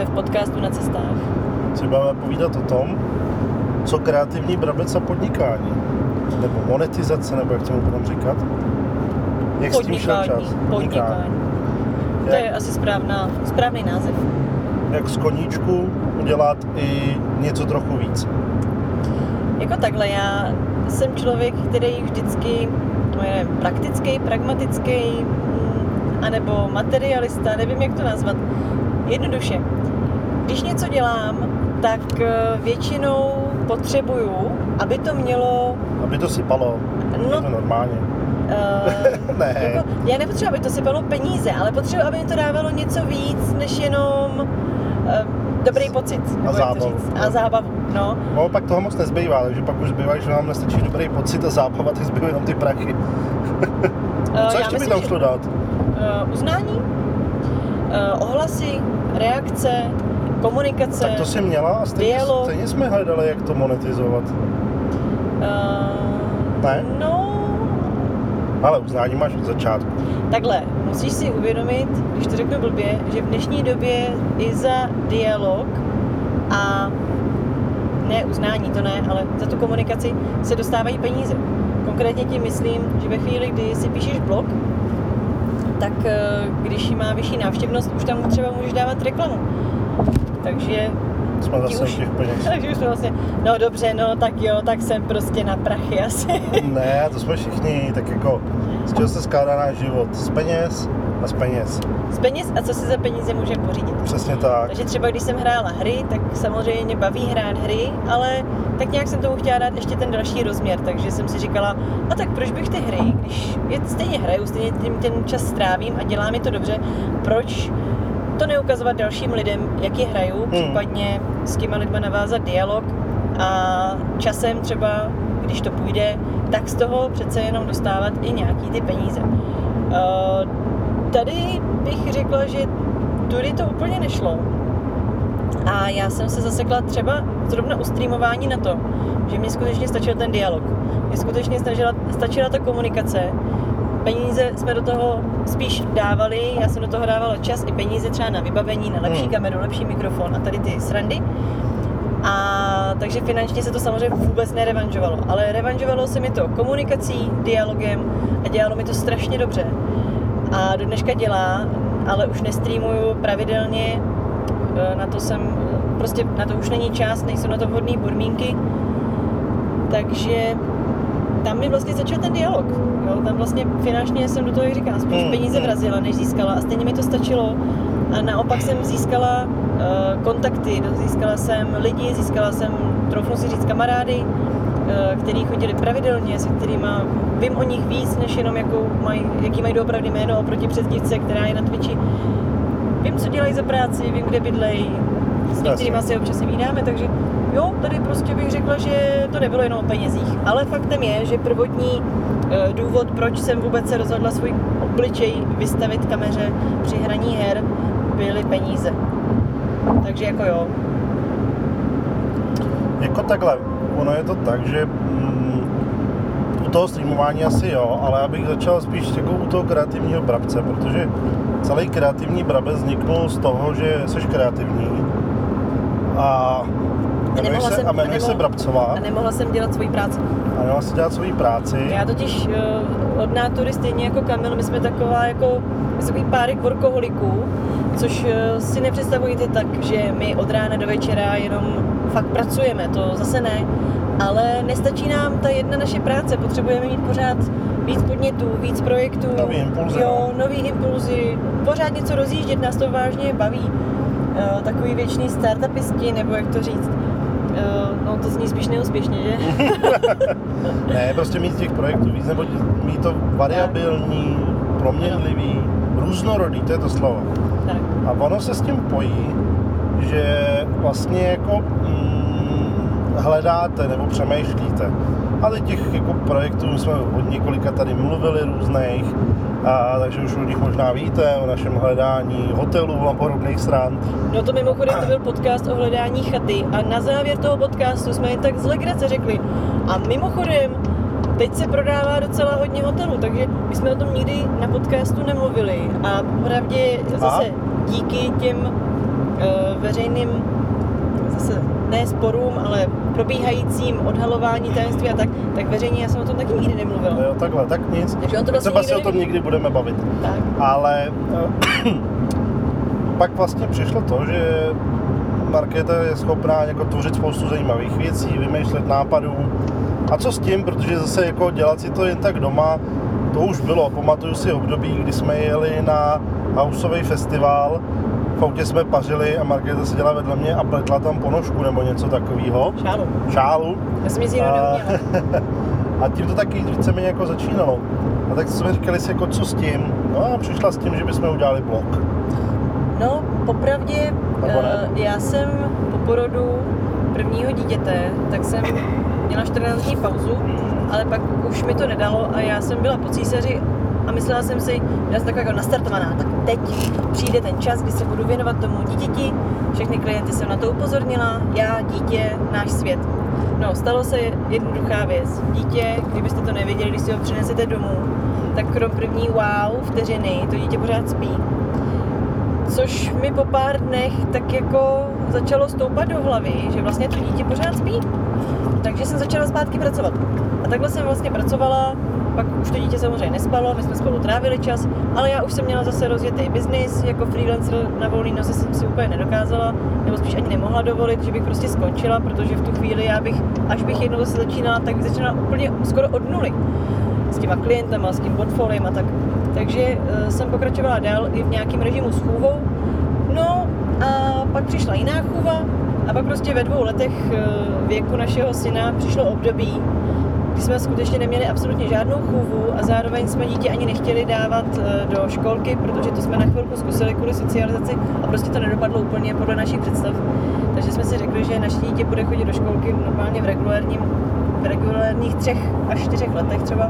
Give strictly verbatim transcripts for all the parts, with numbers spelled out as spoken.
v podcastu Na cestách. Si budeme povídat o tom, co kreativní brabec a podnikání. Nebo monetizace, nebo jak tomu budeme říkat. Jak s tím šel čas? Podnikání. Podnikání. To Jak, je asi správná, správný název. Jak z koníčku udělat i něco trochu víc. Jako takhle, já jsem člověk, který vždycky je praktický, pragmatický, anebo materialista, nevím, jak to nazvat. Jednoduše, když něco dělám, tak většinou potřebuju, aby to mělo... Aby to sypalo, no, je to normálně. Uh, ne. Jako, já nepotřebuji, aby to sypalo peníze, ale potřebuji, aby mi to dávalo něco víc, než jenom uh, dobrý pocit. A zábavu. A zábavu, no. No, pak toho moc nezbývá, takže pak už zbývá, že nám nestačí dobrý pocit a zábava, tak zbývají jenom ty prachy. uh, Co ještě by tam šlo dát? Uh, uznání, uh, ohlasy, reakce, komunikace. Tak to jsi měla a stejně, stejně jsme hledali, jak to monetizovat. Uh, ne? No... Ale uznání máš od začátku. Takhle, musíš si uvědomit, když to řeknu blbě, že v dnešní době i za dialog a ne uznání, to ne, ale za tu komunikaci se dostávají peníze. Konkrétně tím myslím, že ve chvíli, kdy si píšeš blog, tak když má vyšší návštěvnost, už tam třeba můžeš dávat reklamu. Takže... Jsme zase už, těch peněz. Takže už jsme vlastně, no dobře, no tak jo, tak jsem prostě na prachy asi. Ne, to jsme všichni, tak jako, z čeho se skládá náš život? Z peněz a z peněz. Z peněz a co si za peníze můžeme pořídit. Přesně tak. Takže třeba když jsem hrála hry, tak samozřejmě baví hrát hry, ale tak nějak jsem tomu chtěla dát ještě ten další rozměr, takže jsem si říkala, a tak proč bych ty hry, když je stejně hraju, stejně tím ten čas strávím a dělá mi to dobře, proč to neukazovat dalším lidem, jak je hraju, hmm. případně s těma lidma navázat dialog a časem třeba, když to půjde, tak z toho přece jenom dostávat i nějaký ty peníze. Uh, tady bych řekla, že tudy to úplně nešlo. A já jsem se zasekla třeba zrovna u streamování na to, že mi skutečně stačil ten dialog. Mě skutečně stačila, stačila ta komunikace. Peníze jsme do toho spíš dávali, já jsem do toho dávala čas i peníze třeba na vybavení, na lepší hmm. kameru, lepší mikrofon a tady ty srandy. A takže finančně se to samozřejmě vůbec nerevanžovalo, ale revanžovalo se mi to komunikací, dialogem a dělalo mi to strašně dobře. A do dneška dělá, ale už nestreamuju pravidelně, na to jsem, prostě na to už není čas, nejsou na to vhodné podmínky, takže tam mi vlastně začal ten dialog. Jo? Tam vlastně finančně jsem do toho, jak říkám, spíš peníze vrazila, než získala a stejně mi to stačilo. A naopak jsem získala uh, kontakty, získala jsem lidi, získala jsem, troufnu si říct, kamarády, uh, který chodili pravidelně, se kterými vím o nich víc, než jenom jakou maj, jaký mají doopravdy jméno oproti přezdívce, která je na Twitchi. Vím, co dělají za práci, vím, kde bydlejí, s některými se občas si vídáme, takže jo, tady prostě bych řekla, že to nebylo jenom o penězích. Ale faktem je, že prvotní e, důvod, proč jsem vůbec se rozhodla svůj obličej vystavit kameře při hraní her, byly peníze. Takže jako jo. Jako takhle, ono je to tak, že mm, u toho streamování asi jo, ale já bych začal spíš jako u toho kreativního brabce, protože celý kreativní brabec vzniknul z toho, že jsi kreativní a jmenuje se, jsem, a jmenuje se Brabcová. A nemohla jsem dělat svoji práci. A nemohla si dělat svoji práci. Já totiž uh, od nátury stejně jako Kamil, my jsme taková jako takový párek workoholiků, což uh, si nepředstavujete tak, že my od rána do večera jenom fakt pracujeme, to zase ne, ale nestačí nám ta jedna naše práce, potřebujeme mít pořád víc podnětů, víc projektů, nový impulzy, jo, nový impulzy, pořád něco rozjíždět, nás to vážně baví. Uh, takový věčný startupisti, nebo jak to říct, uh, no to zní spíš neúspěšně, že? Ne, prostě mít těch projektů víc, nebo mít to variabilní, proměnlivý, různorodý, to je to slovo. Tak. A ono se s tím pojí, že vlastně jako mm, hledáte nebo přemýšlíte. Ale těch jako projektů jsme od několika tady mluvili různých, a takže už o nich možná víte, o našem hledání hotelů a podobných stran. No to mimochodem to byl podcast o hledání chaty a na závěr toho podcastu jsme jen tak z legrace řekli a mimochodem teď se prodává docela hodně hotelů, takže my jsme o tom nikdy na podcastu nemluvili a pravdě zase díky těm veřejným, zase ne sporům, ale probíhajícím odhalování tajemství a tak, tak veřejně já jsem o tom taky nikdy nemluvila. Jo, takhle, tak nic. Takže on to vlastně třeba si o tom někdy budeme bavit. Tak. Ale pak vlastně přišlo to, že Markéta je schopná jako tvořit spoustu zajímavých věcí, vymýšlet nápadů. A co s tím, protože zase jako dělat si to jen tak doma, to už bylo. Pamatuju si období, kdy jsme jeli na houseový festival, v autě jsme pařili a Markéta seděla vedle mě a pletla tam ponožku nebo něco takového. Šálu. Šálu. Já jsem nic jiného neuměla. A tím to taky víceméně jako začínalo. A tak jsme říkali si jako co s tím. No a přišla s tím, že bychom udělali blog. No, popravdě, uh, já jsem po porodu prvního dítěte, tak jsem měla čtrnáct dní pauzu, ale pak už mi to nedalo a já jsem byla po císaři a myslela jsem si, že jsem taková jako nastartovaná, tak teď přijde ten čas, kdy se budu věnovat tomu dítěti, všechny klienty jsem na to upozornila, já, dítě, náš svět. No, stalo se jednoduchá věc. Dítě, kdybyste to nevěděli, když si ho přinesete domů, tak krom první wow vteřiny, to dítě pořád spí. Což mi po pár dnech tak jako začalo stoupat do hlavy, že vlastně to dítě pořád spí. Takže jsem začala zpátky pracovat. A takhle jsem vlastně pracovala, pak už to dítě samozřejmě nespalo, my jsme spolu trávili čas, ale já už jsem měla zase rozjetý biznis, jako freelancer na volný noze jsem si úplně nedokázala, nebo spíš ani nemohla dovolit, že bych prostě skončila, protože v tu chvíli já bych, až bych jednou zase začínala, tak bych začínala úplně skoro od nuly. S těma klientama, s tím portfoliem a tak. Takže uh, jsem pokračovala dál i v nějakém režimu s chůvou. No a pak přišla jiná chůva a pak prostě ve dvou letech uh, věku našeho syna přišlo období, kdy jsme skutečně neměli absolutně žádnou chůvu a zároveň jsme dítě ani nechtěli dávat uh, do školky, protože to jsme na chvilku zkusili kvůli socializaci a prostě to nedopadlo úplně podle našich představ. Takže jsme si řekli, že naše dítě bude chodit do školky normálně v regulárním, v regulárních třech až čtyřech letech třeba.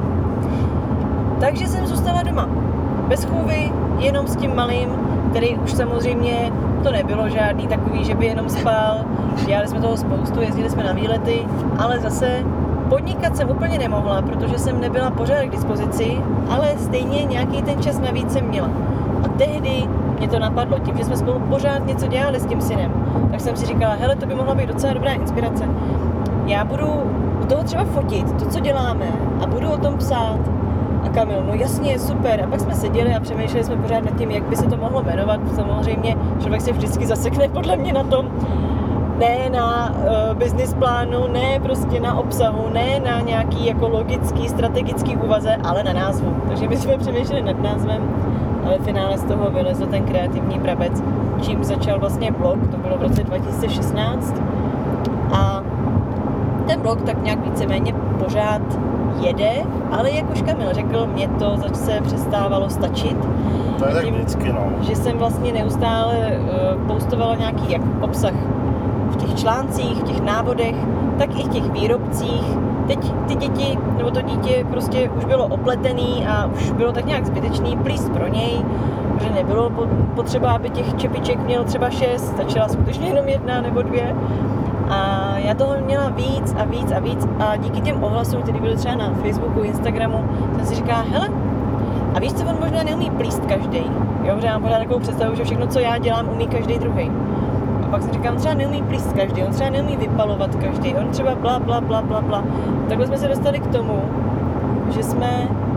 Takže jsem zůstala doma. Bez chůvy, jenom s tím malým, který už samozřejmě to nebylo žádný takový, že by jenom spal. Dělali jsme toho spoustu, jezdili jsme na výlety, ale zase podnikat jsem úplně nemohla, protože jsem nebyla pořád k dispozici, ale stejně nějaký ten čas navíc jsem měla. A tehdy mě to napadlo, tím, že jsme spolu pořád něco dělali s tím synem, tak jsem si říkala, hele, to by mohla být docela dobrá inspirace. Já budu u toho třeba fotit, to, co děláme, a budu o tom psát. A Kamil, no jasně, super. A pak jsme seděli a přemýšleli jsme pořád nad tím, jak by se to mohlo jmenovat. Samozřejmě člověk se vždycky zasekne podle mě na tom, ne na uh, business plánu, ne prostě na obsahu, ne na nějaký jako logický, strategický úvaze, ale na názvu. Takže my jsme přemýšleli nad názvem a ve finále z toho vylezl ten kreativní brabec, čím začal vlastně blog, to bylo v roce dva tisíce šestnáct. A ten blog tak nějak víceméně pořád jede, ale jak už Kamil řekl, mě to zase přestávalo stačit. To je tak vždycky, no. Že jsem vlastně neustále uh, postovala nějaký jak obsah v těch článcích, v těch návodech, tak i v těch výrobcích. Teď ty děti, nebo to dítě prostě už bylo opletený a už bylo tak nějak zbytečný plíst pro něj, že nebylo potřeba, aby těch čepiček měl třeba šest, stačila skutečně jenom jedna nebo dvě. A já toho měla víc a víc a víc a díky těm ohlasům, které byly třeba na Facebooku, Instagramu, jsem si říkala, hele, a víš co, on možná neumí plíst každý. Jo, že mám pořád takovou představu, že všechno, co já dělám, umí každý druhý. A pak jsem říkala, on třeba neumí plíst každý, on třeba neumí vypalovat každý, on třeba bla bla bla bla bla. Takhle jsme se dostali k tomu, že jsme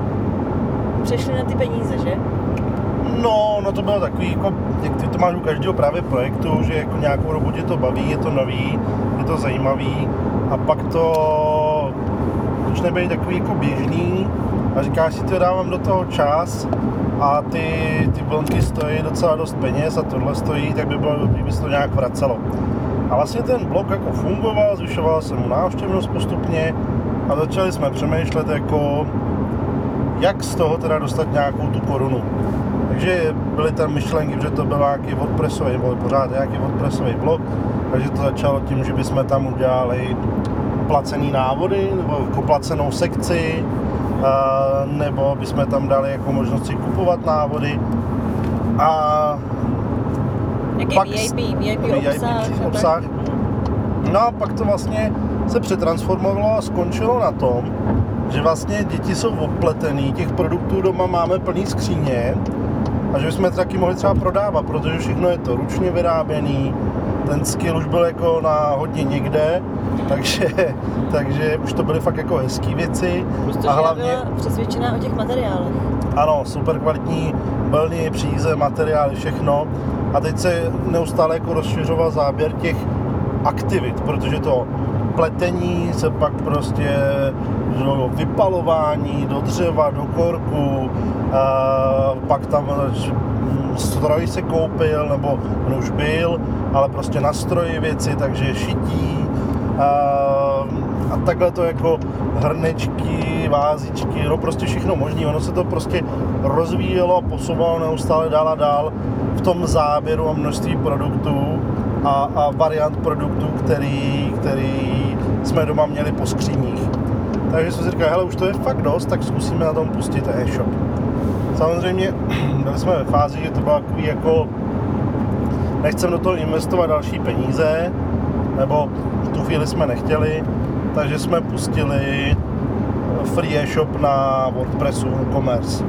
přešli na ty peníze, že? No, no to bylo takový, jako, jak ty to máš u každého právě projektu, že jako nějakou dobu tě to baví, je to nový, je to zajímavý a pak to už nebyl takový jako běžný a říkáš si, to dávám do toho čas a ty, ty vlnky stojí docela dost peněz a tohle stojí, tak by bylo dobrý, kdyby se to nějak vracelo. A vlastně ten blog jako fungoval, zvyšovala se mu návštěvnost postupně a začali jsme přemýšlet jako, jak z toho teda dostat nějakou tu korunu. Takže byly tam myšlenky, že to byl nějaký WordPressový, byl pořád nějaký WordPressový blog, takže to začalo tím, že bychom tam udělali placený návody, nebo jako placenou sekci, nebo bychom tam dali jako možnost si kupovat návody. A jaký pak V I P, V I P obsah. V I P obsah. No a pak to vlastně se přetransformovalo a skončilo na tom, že vlastně děti jsou opletený, těch produktů doma máme plný skříně a že bychom to taky mohli třeba prodávat, protože všechno je to ručně vyráběný, ten skill už byl jako na hodně někde, takže, takže už to byly fakt jako hezký věci. Prostě a hlavně byla přesvědčená o těch materiálech. Ano, super kvalitní vlny, příze, materiály, všechno. A teď se neustále jako rozšiřoval záběr těch aktivit, protože to pletení se pak prostě do vypalování, do dřeva, do korku, a pak tam stroj se koupil, nebo on už byl, ale prostě na stroji věci, takže šití a, a takhle to jako hrnečky, vázičky, no prostě všechno možné. Ono se to prostě rozvíjelo a posouvalo neustále dál a dál v tom záběru a množství produktů a, a variant produktů, který, který jsme doma měli po skříních. Takže jsme si říkali, hele, už to je fakt dost, tak zkusíme na tom pustit e-shop. Samozřejmě byli jsme ve fázi, že to bylo takový jako nechceme do toho investovat další peníze, nebo v tu chvíli jsme nechtěli, takže jsme pustili free e-shop na WordPressu WooCommerce.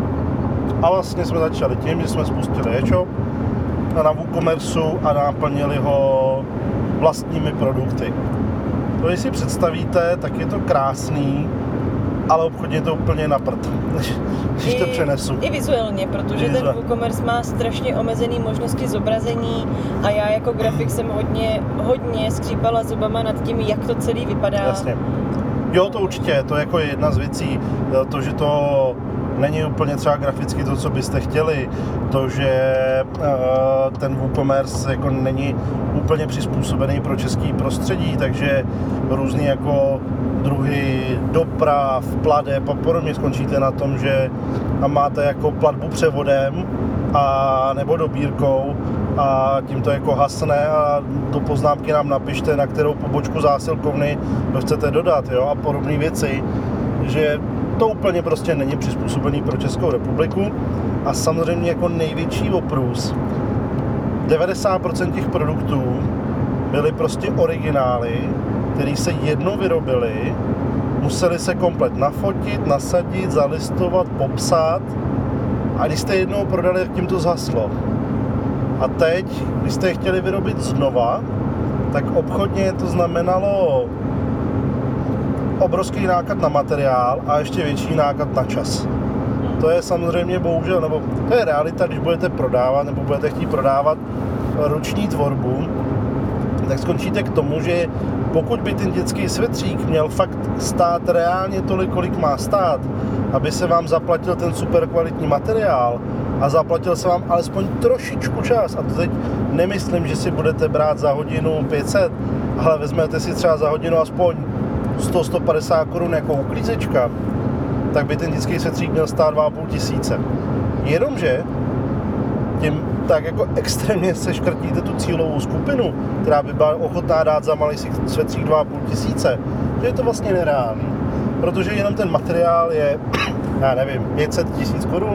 A vlastně jsme začali tím, že jsme spustili e-shop na WooCommerceu a naplnili ho vlastními produkty. To, když si představíte, tak je to krásný, ale obchodně je to úplně na prd, když to přenesu. I vizuálně, protože Vizuál. ten WooCommerce má strašně omezené možnosti zobrazení a já jako grafik jsem hodně, hodně skřípala zubama nad tím, jak to celý vypadá. Jasně. Jo, to určitě, to je jako jedna z věcí, to, že to není úplně třeba graficky to, co byste chtěli, to, že uh, ten WooCommerce jako není úplně přizpůsobený pro český prostředí, takže různý jako druhy doprav, pladeb a podobně skončíte na tom, že tam máte jako platbu převodem a nebo dobírkou a tím to jako hasne a do poznámky nám napište, na kterou pobočku zásilkovny to chcete dodat, jo, a podobné věci, že to úplně prostě není přizpůsobený pro Českou republiku a samozřejmě jako největší oprůz devadesát procent těch produktů byly prostě originály, které se jednou vyrobily, museli se komplet nafotit, nasadit, zalistovat, popsat a když jste jednou prodali, tak tím to zhaslo. A teď, když jste je chtěli vyrobit znova, tak obchodně to znamenalo obrovský náklad na materiál a ještě větší náklad na čas. To je samozřejmě bohužel, nebo to je realita, když budete prodávat, nebo budete chtít prodávat ruční tvorbu, tak skončíte k tomu, že pokud by ten dětský svetřík měl fakt stát reálně tolik, kolik má stát, aby se vám zaplatil ten super kvalitní materiál a zaplatil se vám alespoň trošičku čas, a to teď nemyslím, že si budete brát za hodinu pět set, ale vezmete si třeba za hodinu aspoň sto až sto padesát korun jako uklízečka, tak by ten dětský svetřík měl stát dva a půl tisíce. Jenomže tím tak jako extrémně seškrtíte tu cílovou skupinu, která by byla ochotná dát za malý svetřík dva a půl tisíce, že je to vlastně nereálný. Protože jenom ten materiál je, já nevím, pět set tisíc korun.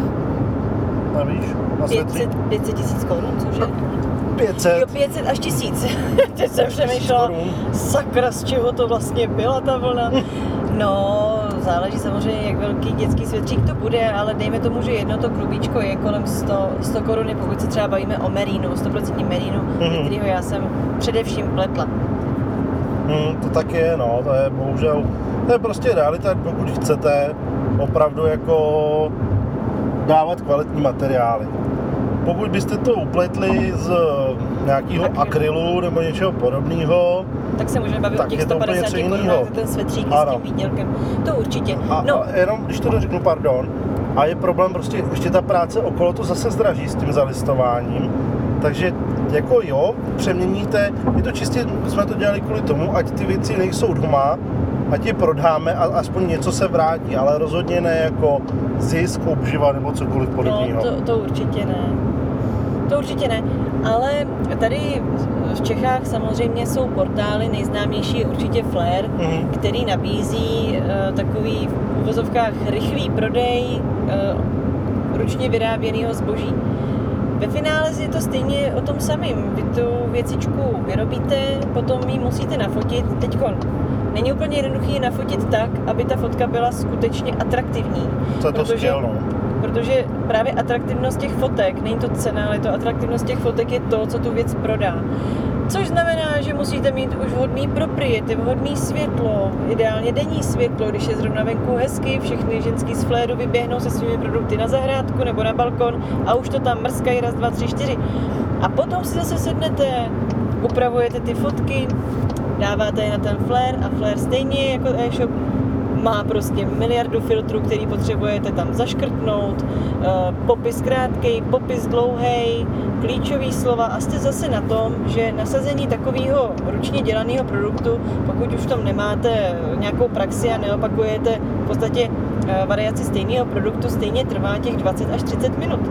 Nevíš? Na svetřík. pět set tisíc korun, cože? pět set. Jo, pět set až tisíc. Teď jsem přemýšlela, sakra, z čeho to vlastně byla ta vlna. No, záleží samozřejmě, jak velký dětský svetřík to bude, ale dejme tomu, že jedno to klubíčko je kolem sto koruny, pokud se třeba bavíme o merínu, sto procent merínu, mm-hmm. kterýho já jsem především pletla. Hmm, to tak je, no, to je bohužel, to je prostě realita, pokud chcete opravdu jako dávat kvalitní materiály. Pokud byste to upletli z nějakého Akryl. akrylu nebo něčeho podobného, tak se můžeme bavit o těch sto padesát korunách za ten svetřík s tím výdělkem. To určitě. A, no. a jenom, když to řeknu, pardon, a je problém prostě, ještě ta práce okolo to zase zdraží s tím zalistováním, takže jako jo, přeměníte, je to čistě, jsme to dělali kvůli tomu, ať ty věci nejsou doma, ať je prodáme a aspoň něco se vrátí, ale rozhodně ne jako zisk, obživa nebo cokoliv podobného. No, to, to určitě ne. To určitě ne, ale tady v Čechách samozřejmě jsou portály, nejznámější je určitě Flair, mm-hmm. který nabízí uh, takový v uvozovkách rychlý prodej uh, ručně vyráběného zboží. Ve finále je to stejně o tom samém. Vy tu věcičku vyrobíte, potom ji musíte nafotit. Teďkon není úplně jednoduchý ji nafotit tak, aby ta fotka byla skutečně atraktivní. Co je to skill, no? protože právě atraktivnost těch fotek, není to cena, ale to atraktivnost těch fotek je to, co tu věc prodá. Což znamená, že musíte mít už vhodný propriety, vhodný světlo, ideálně denní světlo, když je zrovna venku hezky, všechny ženský z fléru vyběhnou se svými produkty na zahrádku nebo na balkon a už to tam mrskají raz, dva, tři, čtyři. A potom si zase sednete, upravujete ty fotky, dáváte je na ten flér a flér stejně jako e-shop má prostě miliardu filtrů, který potřebujete tam zaškrtnout, popis krátkej, popis dlouhej, klíčový slova a jste zase na tom, že nasazení takového ručně dělaného produktu, pokud už v tom nemáte nějakou praxi a neopakujete v podstatě variaci stejného produktu, stejně trvá těch dvacet až třicet minut.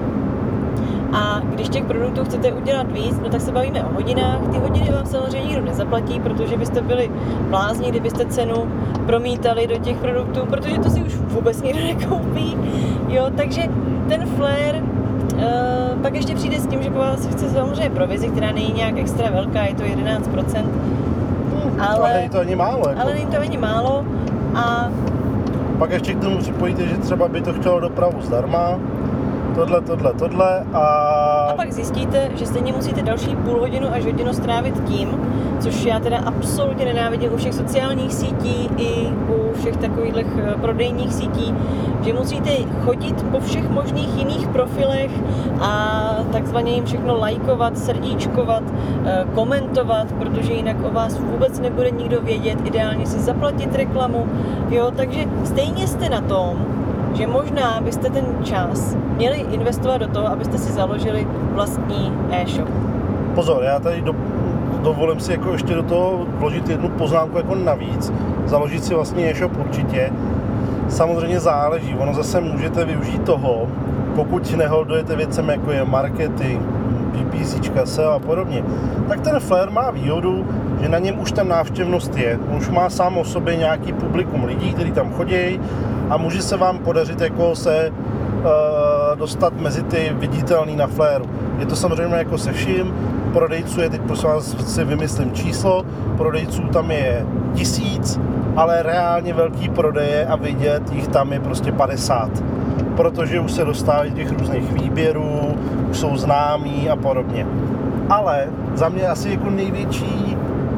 A když těch produktů chcete udělat víc, no tak se bavíme o hodinách. Ty hodiny vám samozřejmě nikdo nezaplatí, protože byste byli blázni, kdybyste cenu promítali do těch produktů, protože to si už vůbec nikdo nekoupí. Jo, takže ten flair uh, pak ještě přijde s tím, že po vás chce samozřejmě provizi, která není nějak extra velká, je to jedenáct procent. Hmm, ale, ale není to ani málo. Jako. Ale není to ani málo. A pak ještě k tomu připojíte, že třeba by to chtělo dopravu zdarma, tohle, tohle, tohle a... A pak zjistíte, že stejně musíte další půl hodinu až hodinu strávit tím, což já teda absolutně nenávidím u všech sociálních sítí i u všech takových prodejních sítí, že musíte chodit po všech možných jiných profilech a takzvaně jim všechno lajkovat, srdíčkovat, komentovat, protože jinak o vás vůbec nebude nikdo vědět, ideálně si zaplatit reklamu, jo, takže stejně jste na tom, že možná byste ten čas měli investovat do toho, abyste si založili vlastní e-shop. Pozor, já tady do, dovolím si jako ještě do toho vložit jednu poznámku jako navíc. Založit si vlastní e-shop určitě. Samozřejmě záleží, ono zase můžete využít toho, pokud neholdujete věcem jako je marketing, PPCčka, S E O a podobně, tak ten flair má výhodu, že na něm už ta návštěvnost je. On už má sám o sobě nějaký publikum lidí, kteří tam chodí a může se vám podařit jako se uh, dostat mezi ty viditelný na flairu. Je to samozřejmě jako se vším, prodejců je, teď prosím vás si vymyslím číslo, prodejců tam je tisíc, ale reálně velký prodeje a vidět jich tam je prostě padesát. Protože už se dostávají těch různých výběrů, už jsou známí a podobně. Ale za mě asi jako největší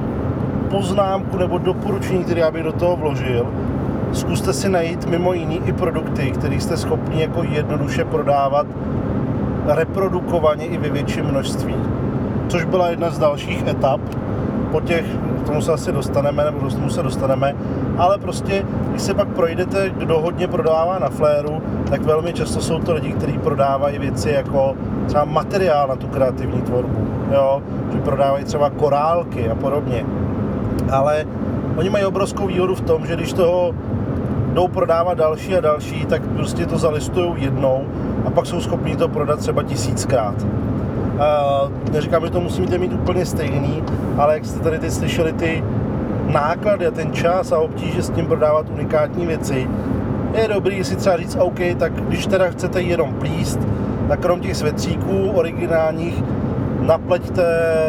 poznámku nebo doporučení, které já bych do toho vložil, zkuste si najít mimo jiný i produkty, které jste schopni jako jednoduše prodávat reprodukovaně i ve větším množství. Což byla jedna z dalších etap, po těch, k tomu se asi dostaneme, nebo k tomu se dostaneme, ale prostě, když se pak projdete, kdo hodně prodává na flairu, tak velmi často jsou to lidi, kteří prodávají věci jako třeba materiál na tu kreativní tvorbu, jo? Že prodávají třeba korálky a podobně. Ale oni mají obrovskou výhodu v tom, že když toho jdou prodávat další a další, tak prostě to zalistujou jednou a pak jsou schopni to prodat třeba tisíckrát. Uh, neříkám, že to musíte mít úplně stejný, ale jak jste tady teď slyšeli ty náklady a ten čas a obtíže s tím prodávat unikátní věci, je dobrý si třeba říct, OK, tak když teda chcete jenom plíst, tak krom těch svetříků originálních napleťte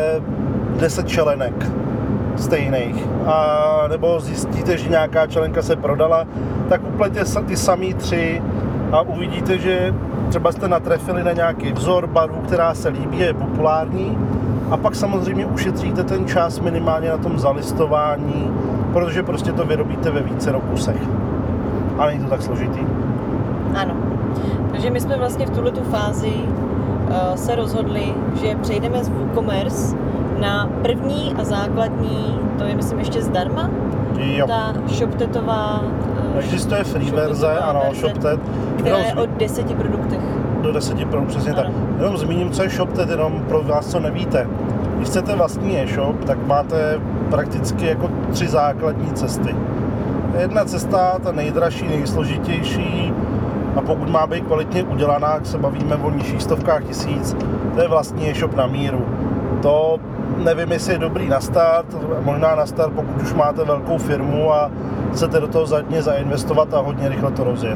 deset čelenek stejných. A nebo zjistíte, že nějaká čelenka se prodala, tak upleťte ty samý tři a uvidíte, že třeba jste natrefili na nějaký vzor baru, která se líbí, je populární a pak samozřejmě ušetříte ten čas minimálně na tom zalistování, protože prostě to vyrobíte ve více kusech. A není to tak složitý. Ano. Takže my jsme vlastně v tuhletu fázi uh, se rozhodli, že přejdeme z WooCommerce na první a základní, to je myslím ještě zdarma, jo. Ta ShopTetová uh, existuje free verze, ano, ShopTet, která je o deseti produktech. Do deseti produktů, přesně ano. Tak. Jenom zmíním, co je ShopTet, jenom pro vás, co nevíte. Když chcete vlastní e-shop, tak máte prakticky jako tři základní cesty. Jedna cesta, ta nejdražší, nejsložitější, a pokud má být kvalitně udělaná, jak se bavíme o nižších stovkách tisíc, to je vlastní e-shop na míru. To nevím, jestli je dobrý na start, možná na start, pokud už máte velkou firmu a chcete do toho zadně zainvestovat a hodně rychle to rozjet.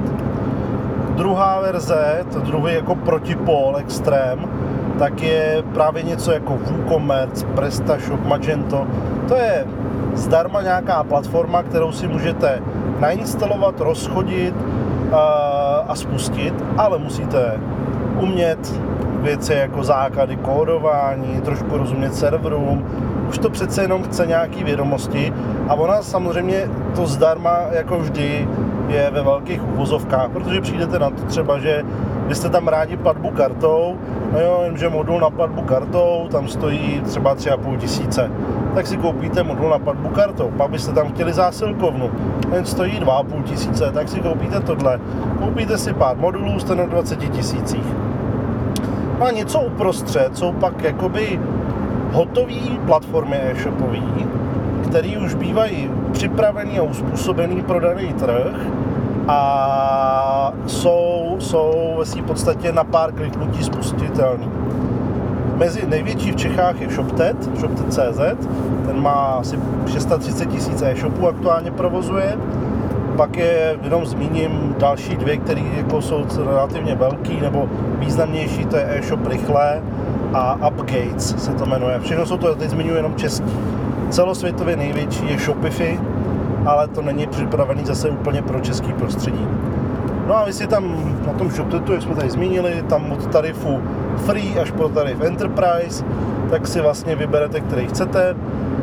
Druhá verze, to druhý jako protipól, extrém, tak je právě něco jako WooCommerce, PrestaShop, Magento. To je zdarma nějaká platforma, kterou si můžete nainstalovat, rozchodit, a spustit, ale musíte umět věci jako základy kódování, trošku rozumět serverům, už to přece jenom chce nějaký vědomosti a ona samozřejmě to zdarma jako vždy je ve velkých uvozovkách, protože přijdete na to třeba, že vy jste tam rádi platbu kartou, no jo, jenže modul na platbu kartou tam stojí třeba tři a půl tisíce, tak si koupíte modul na platbu kartou, pak byste tam chtěli zásilkovnu, ten stojí dva a půl tisíce, tak si koupíte tohle, koupíte si pár modulů, jste na dvaceti tisících. No a něco uprostřed jsou pak jakoby hotový platformy e-shopový, který už bývají připravený a uspůsobený pro daný trh a jsou, jsou ve svým podstatě na pár kliknutí spustitelný. Mezi největší v Čechách je ShopTet, ShopTet tečka cé zet, ten má asi tři sta třicet tisíc e-shopů, aktuálně provozuje. Pak je, jenom zmíním další dvě, které jako jsou relativně velký nebo významnější, to je e-shop Rychle a Upgates se to jmenuje. Všechno jsou to, teď zmiňuji jenom český. Celosvětově největší je Shopify, ale to není připravený zase úplně pro český prostředí. No a vy si tam na tom ShopTetu, jak jsme tady zmínili, tam od tarifu Free až po tarif Enterprise, tak si vlastně vyberete, který chcete,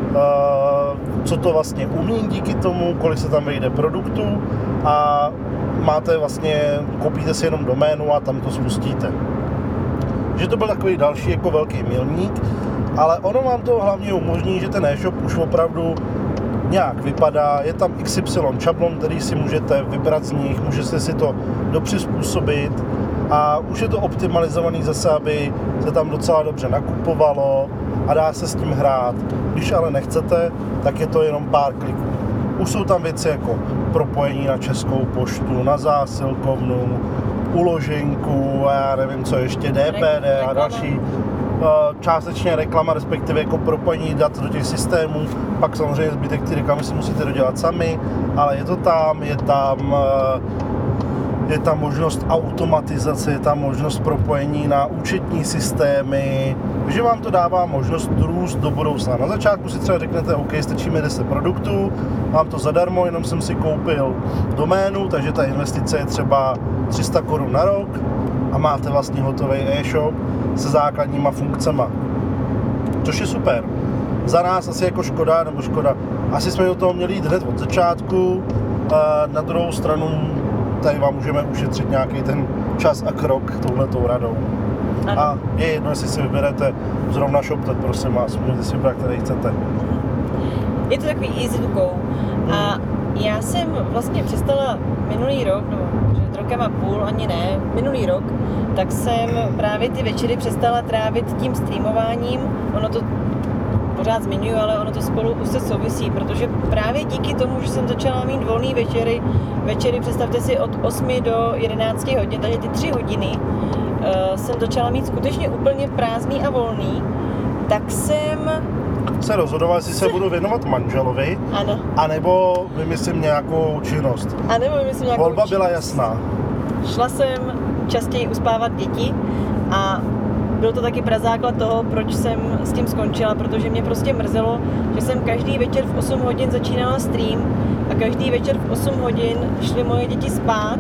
co to vlastně umí díky tomu, kolik se tam vejde produktů a máte vlastně, koupíte si jenom doménu a tam to spustíte. Že to byl takový další jako velký milník, ale ono vám to hlavně umožní, že ten e-shop už opravdu nějak vypadá, je tam iks ypsilon šablon, který si můžete vybrat z nich, můžete si to dopřizpůsobit a už je to optimalizovaný zase, aby se tam docela dobře nakupovalo a dá se s tím hrát. Když ale nechcete, tak je to jenom pár kliků. Už jsou tam věci jako propojení na Českou poštu, na zásilkovnu, uloženku a já nevím co ještě, D P D a další. Částečně reklama, respektive jako propojení dat do těch systémů, pak samozřejmě zbytek ty reklamy si musíte dodělat sami, ale je to tam, je tam, je tam možnost automatizace, je tam možnost propojení na účetní systémy, takže vám to dává možnost růst do budoucna. Na začátku si třeba řeknete, OK, stačí mi deset produktů, mám to zadarmo, jenom jsem si koupil doménu, takže ta investice je třeba tři sta korun na rok a máte vlastně hotový e-shop se základníma funkcema, což je super. Za nás asi jako škoda, nebo škoda, asi jsme do toho měli jít hned od začátku, na druhou stranu tady vám můžeme ušetřit nějaký ten čas a krok touhletou radou. Ano. A je jedno, jestli si vyberete zrovna ShopTet, prosím vás, můžete si vybrat, který chcete. Je to takový easy to go. A já jsem vlastně přestala minulý rok, no, před rokem a půl, ani ne, minulý rok, tak jsem právě ty večery přestala trávit tím streamováním. Ono to pořád zmiňuji, ale ono to spolu už se souvisí, protože právě díky tomu, že jsem začala mít volný večery, večery představte si od osmi do jedenácti hodin, takže ty tři hodiny uh, jsem začala mít skutečně úplně prázdný a volný, tak jsem se rozhodoval, jestli se budu věnovat manželovi, ano. anebo vymyslím nějakou činnost. A nebo vymyslím nějakou Volba činnost. byla jasná. Šla jsem častěji uspávat děti a byl to taky prazáklad toho, proč jsem s tím skončila, protože mě prostě mrzelo, že jsem každý večer v osm hodin začínala stream a každý večer v osm hodin šly moje děti spát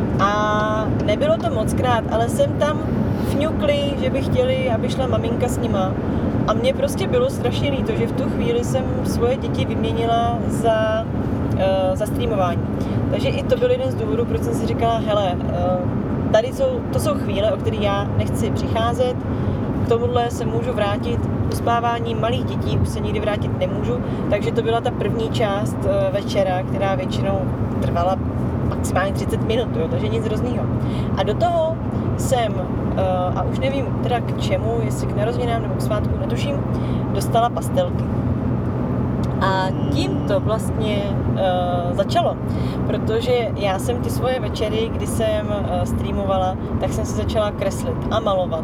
a nebylo to moc krát, ale jsem tam fňukli, že by chtěli, aby šla maminka s nima. A mně prostě bylo strašně líto, že v tu chvíli jsem svoje děti vyměnila za, uh, za streamování. Takže i to byl jeden z důvodů, proč jsem si říkala, hele, uh, tady jsou, to jsou chvíle, o které já nechci přicházet, k tomuhle se můžu vrátit, uspávání malých dětí už se nikdy vrátit nemůžu, takže to byla ta první část uh, večera, která většinou trvala maximálně třicet minut, jo, takže nic hroznýho. A do toho jsem, uh, a už nevím teda k čemu, jestli k narozeninám nebo k svátku, netuším, dostala pastelky. A tím to vlastně uh, začalo, protože já jsem ty svoje večery, kdy jsem uh, streamovala, tak jsem se začala kreslit a malovat.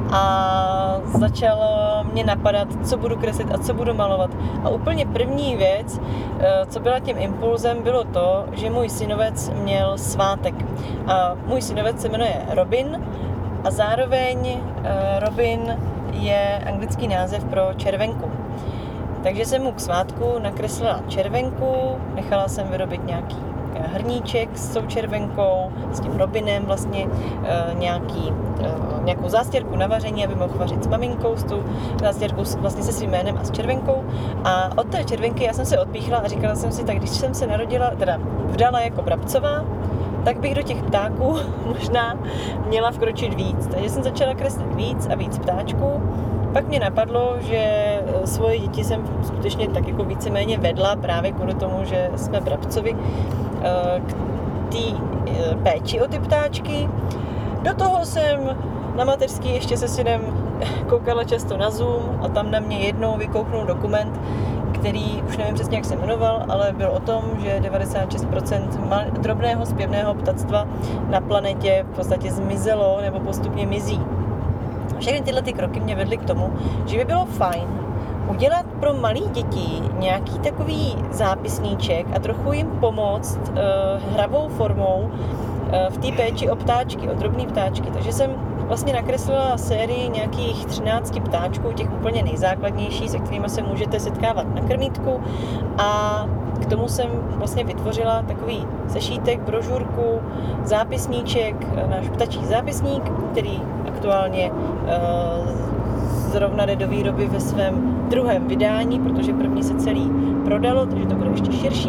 A začalo mě napadat, co budu kreslit a co budu malovat. A úplně první věc, uh, co byla tím impulzem, bylo to, že můj synovec měl svátek. A můj synovec se jmenuje Robin a zároveň uh, Robin je anglický název pro červenku. Takže jsem mu k svátku nakreslila červenku, nechala jsem vyrobit nějaký uh, hrníček s součervenkou, s tím robinem vlastně, e, nějaký, e, nějakou zástěrku na vaření, aby mohl vařit s maminkou, s tou zástěrkou vlastně se svým jménem a s červenkou. A od té červenky já jsem se odpíchla a říkala jsem si, tak když jsem se narodila, teda vdala jako Brabcová, tak bych do těch ptáků možná měla vkročit víc. Takže jsem začala kreslit víc a víc ptáčků. Pak mě napadlo, že svoje děti jsem skutečně tak jako víceméně vedla právě kvůli tomu, že jsme Brabcovi k té péči o ty ptáčky. Do toho jsem na mateřský ještě se synem koukala často na Zoom a tam na mě jednou vykouknul dokument, který už nevím přesně, jak se jmenoval, ale byl o tom, že devadesát šest procent drobného zpěvného ptactva na planetě v podstatě zmizelo nebo postupně mizí. Všechny tyhle ty kroky mě vedly k tomu, že by bylo fajn udělat pro malé děti nějaký takový zápisníček a trochu jim pomoct uh, hravou formou uh, v té péči o ptáčky, o drobné ptáčky. Takže jsem vlastně nakreslila sérii nějakých třináct ptáčků, těch úplně nejzákladnějších, se kterými se můžete setkávat na krmítku, a k tomu jsem vlastně vytvořila takový sešítek, brožurku, zápisníček, náš ptačí zápisník, který aktuálně uh, zrovna jde do výroby ve svém druhém vydání, protože první se celý prodalo, takže to bude ještě širší.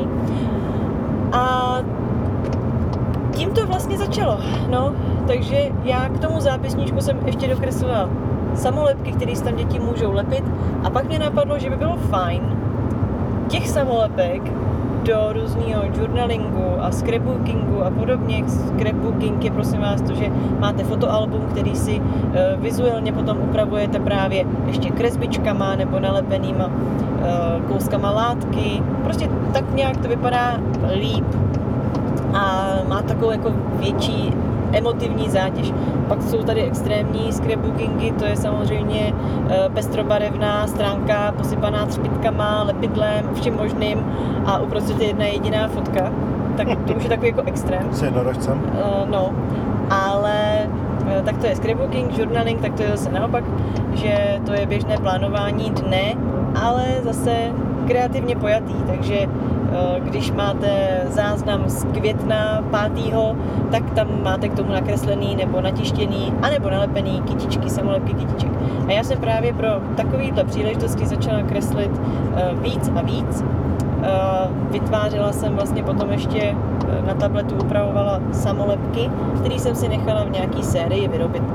A tím to vlastně začalo, no, takže já k tomu zápisníčku jsem ještě dokreslila samolepky, které si tam děti můžou lepit, a pak mě napadlo, že by bylo fajn těch samolepek do různého journalingu a scrapbookingu a podobně. Scrapbooking je, prosím vás, to, že máte fotoalbum, který si uh, vizuálně potom upravujete právě ještě kresbičkama nebo nalepenýma uh, kouskama látky. Prostě tak nějak to vypadá líp a má takovou jako větší emotivní zátěž. Pak jsou tady extrémní scrapbookingy, to je samozřejmě pestrobarevná stránka posypaná třpitkama, lepidlem, vším možným a uprostřed je jedna jediná fotka. Tak to už je takový jako extrém. S jednorožcem? Uh, no, ale tak to je scrapbooking, journaling, tak to je zase naopak, že to je běžné plánování dne, ale zase kreativně pojatý, takže když máte záznam z května pátého, tak tam máte k tomu nakreslený nebo natištěný anebo nalepený kytičky, samolepky kytiček. A já jsem právě pro takovýhle příležitosti začala kreslit víc a víc. Vytvářela jsem vlastně potom ještě na tabletu, upravovala samolepky, které jsem si nechala v nějaký sérii vyrobit.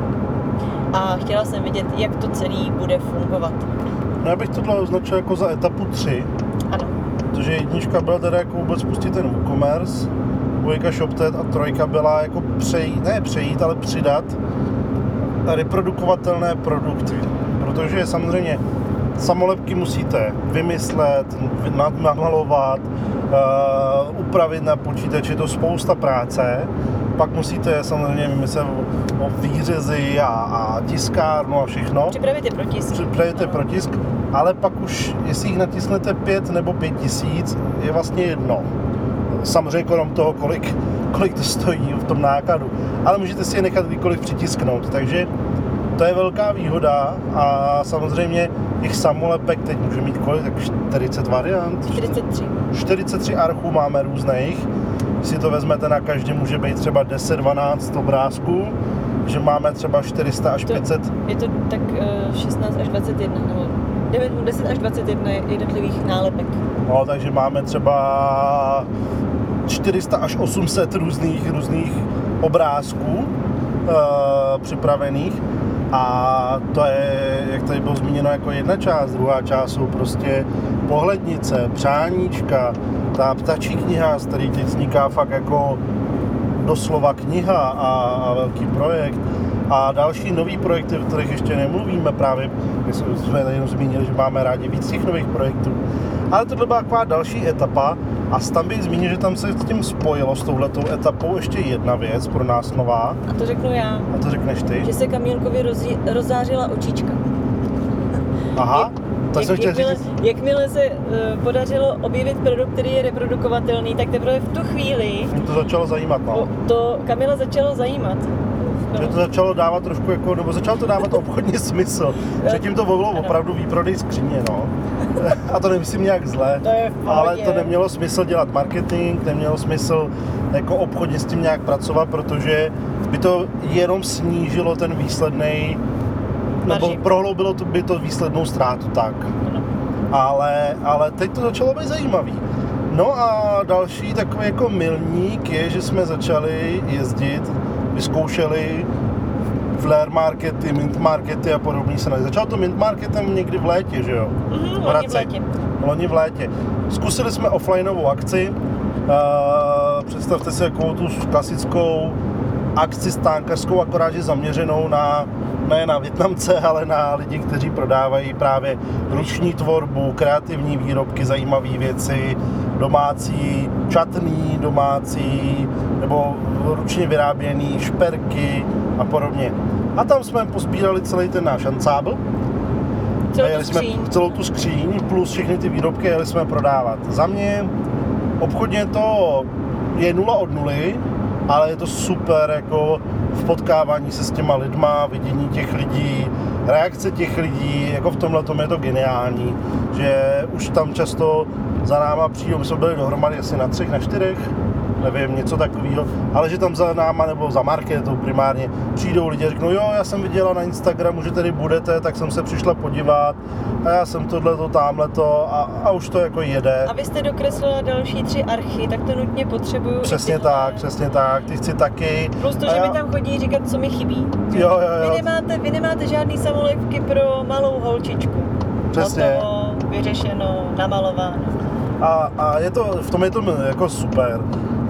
A chtěla jsem vidět, jak to celý bude fungovat. No, já bych tohle označil jako za etapu tři. Ano. Protože jednička byla teda jako vůbec pustit ten WooCommerce, dvojka ShopTet a trojka byla jako přejít, ne přejít, ale přidat reprodukovatelné produkty. Protože samozřejmě samolepky musíte vymyslet, namalovat, uh, upravit na počítači, je to spousta práce. Pak musíte samozřejmě vymyslet o výřezy a, a tiskárnu a všechno. Připravíte protisk. Připravíte protisk, ale pak už, jestli jich natisknete pět nebo pět tisíc, je vlastně jedno. Samozřejmě kolem toho, kolik, kolik to stojí v tom nákladu. Ale můžete si je nechat kdykoliv přitisknout, takže to je velká výhoda a samozřejmě těch samolepek teď může mít kolik, tak čtyřicet variant. čtyřicet tři. čtyřicet tři archů máme různých. Si to vezmete, na každý může být třeba deset dvanáct obrázků, že máme třeba čtyři sta až pět set. Je to tak uh, šestnáct až dvacet jedna, nebo deset až dvacet jedna jednotlivých nálepek. No, takže máme třeba čtyři sta až osm set různých, různých obrázků uh, připravených. A to je, jak tady bylo zmíněno, jako jedna část, druhá část jsou prostě pohlednice, přáníčka, ta ptačí kniha, z který teď vzniká fakt jako doslova kniha a, a velký projekt. A další nový projekty, o kterých ještě nemluvíme, právě my jsme tady jenom zmínili, že máme rádi víc těch nových projektů. Ale tohle byla taková další etapa a tam bych zmínil, že tam se s tím spojilo, s touhletou etapou ještě jedna věc pro nás nová. A to řeknu já. A to řekneš ty. Že se Kamílkovi rozí, rozářila očička. Aha, to jak, jsem chtěl jakmile, říct. Jakmile se uh, podařilo objevit produkt, který je reprodukovatelný, tak teprve v tu chvíli Mě to začalo zajímat, no. To Kamila začalo zajímat. že to začalo dávat trošku jako, nebo začalo to dávat obchodně smysl. Předtím to bylo opravdu výprodej skříně, no. A to nemyslím nějak zle, to je ale to nemělo smysl dělat marketing, nemělo smysl jako obchodně s tím nějak pracovat, protože by to jenom snížilo ten výsledný, nebo prohloubilo to, by to výslednou ztrátu, tak. Ale, ale teď to začalo být zajímavý. No a další takový jako milník je, že jsme začali jezdit, vyzkoušeli flare markety, mint markety a podobně se než. Začalo to mint marketem někdy v létě, že jo? Mhm, loni v létě. Loni v létě. Zkusili jsme offlineovou akci. Uh, představte si jakou tu klasickou akci stánkařskou, akorát že zaměřenou na ne na Vietnamce, ale na lidi, kteří prodávají právě ruční tvorbu, kreativní výrobky, zajímavé věci, domácí čatný, domácí nebo ručně vyráběný šperky a podobně. A tam jsme pozbírali celý ten náš ansábl. Celou tu skříň. Jsme celou tu skříň plus všechny ty výrobky jeli jsme prodávat. Za mě obchodně to je nula od nuly, ale je to super jako v potkávání se s těma lidma, vidění těch lidí, reakce těch lidí, jako v tomhle tom je to geniální, že už tam často za náma přijdou, my jsme byli dohromady asi na třech, na čtyřech, nevím, něco takového, ale že tam za náma nebo za marketou primárně přijdou lidi a řeknou, jo, já jsem viděla na Instagramu, že tady budete, tak jsem se přišla podívat a já jsem tohleto, támhleto a, a už to jako jede. A vy jste dokreslila další tři archy, tak to nutně potřebuju. Přesně tak, přesně tak, ty chci taky. Plus to, že já... mi tam chodí říkat, co mi chybí. Jo, jo, jo. Vy nemáte, vy nemáte žádný samolepky pro malou holčičku. Přesně. Hotovo, vyřešeno, namalováno. A, a je to, v tom je to jako super.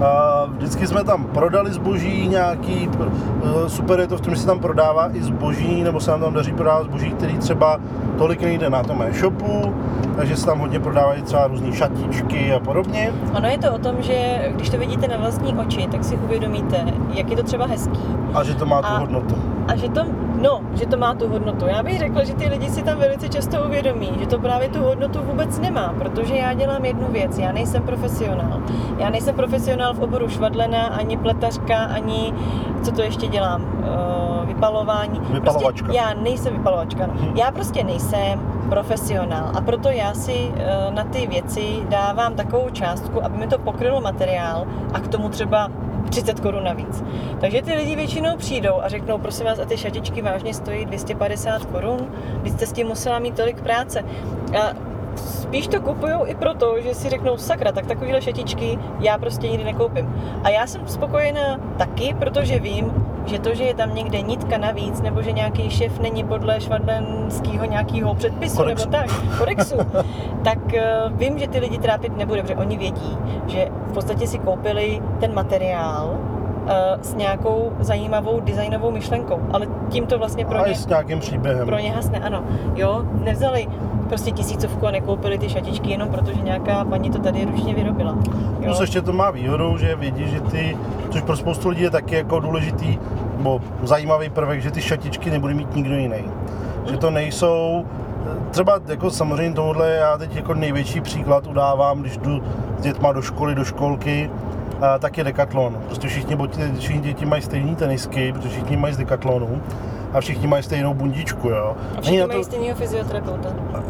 A vždycky jsme tam prodali zboží nějaký, super je to v tom, že se tam prodává i zboží, nebo se nám tam daří prodávat zboží, který třeba tolik nejde na tom e-shopu, takže se tam hodně prodávají třeba různý šatičky a podobně. Ono je to o tom, že když to vidíte na vlastní oči, tak si uvědomíte, jak je to třeba hezký. A že to má tu a, hodnotu. A že to, no, že to má tu hodnotu. Já bych řekla, že ty lidi si tam velice často uvědomí, že to právě tu hodnotu vůbec nemá, protože já dělám jednu věc, já nejsem profesionál. Já nejsem profesionál v oboru švadlena, ani pletařka, ani, co to ještě dělám, uh, vypalování. Vypalovačka. Prostě já nejsem vypalovačka, no. Já prostě nejsem profesionál a proto já si uh, na ty věci dávám takovou částku, aby mi to pokrylo materiál a k tomu třeba třicet korun navíc. Takže ty lidi většinou přijdou a řeknou, prosím vás, a ty šatičky vážně stojí dvě stě padesát korun, když jste s tím musela mít tolik práce. A spíš to kupujou i proto, že si řeknou, sakra, tak takovýhle šatičky já prostě nikdy nekoupím. A já jsem spokojená taky, protože vím, že to, že je tam někde nitka navíc, nebo že nějaký šef není podle švadlenského nějakého předpisu, Kodexu. nebo tak, kodexu, tak uh, vím, že ty lidi trápit nebude, protože oni vědí, že v podstatě si koupili ten materiál uh, s nějakou zajímavou designovou myšlenkou, ale tím to vlastně pro a ně... s nějakým příběhem. Pro ně hasne, ano. Jo, nevzali prostě tisícovku a nekoupili ty šatičky jenom proto, že nějaká paní to tady ručně vyrobila. Plus ještě to má výhodu, že vědí, že ty, což pro spoustu lidí je taky jako důležitý, nebo zajímavý prvek, že ty šatičky nebude mít nikdo jiný. Hmm. Že to nejsou, třeba jako samozřejmě tomuhle já teď jako největší příklad udávám, když jdu s dětma do školy, do školky, a, tak je Decathlon. Prostě všichni, všichni děti mají stejný tenisky, protože všichni mají z Decathlonu. A všichni mají stejnou bundičku, jo. A všichni mají to... stejného fyzioterapeuta.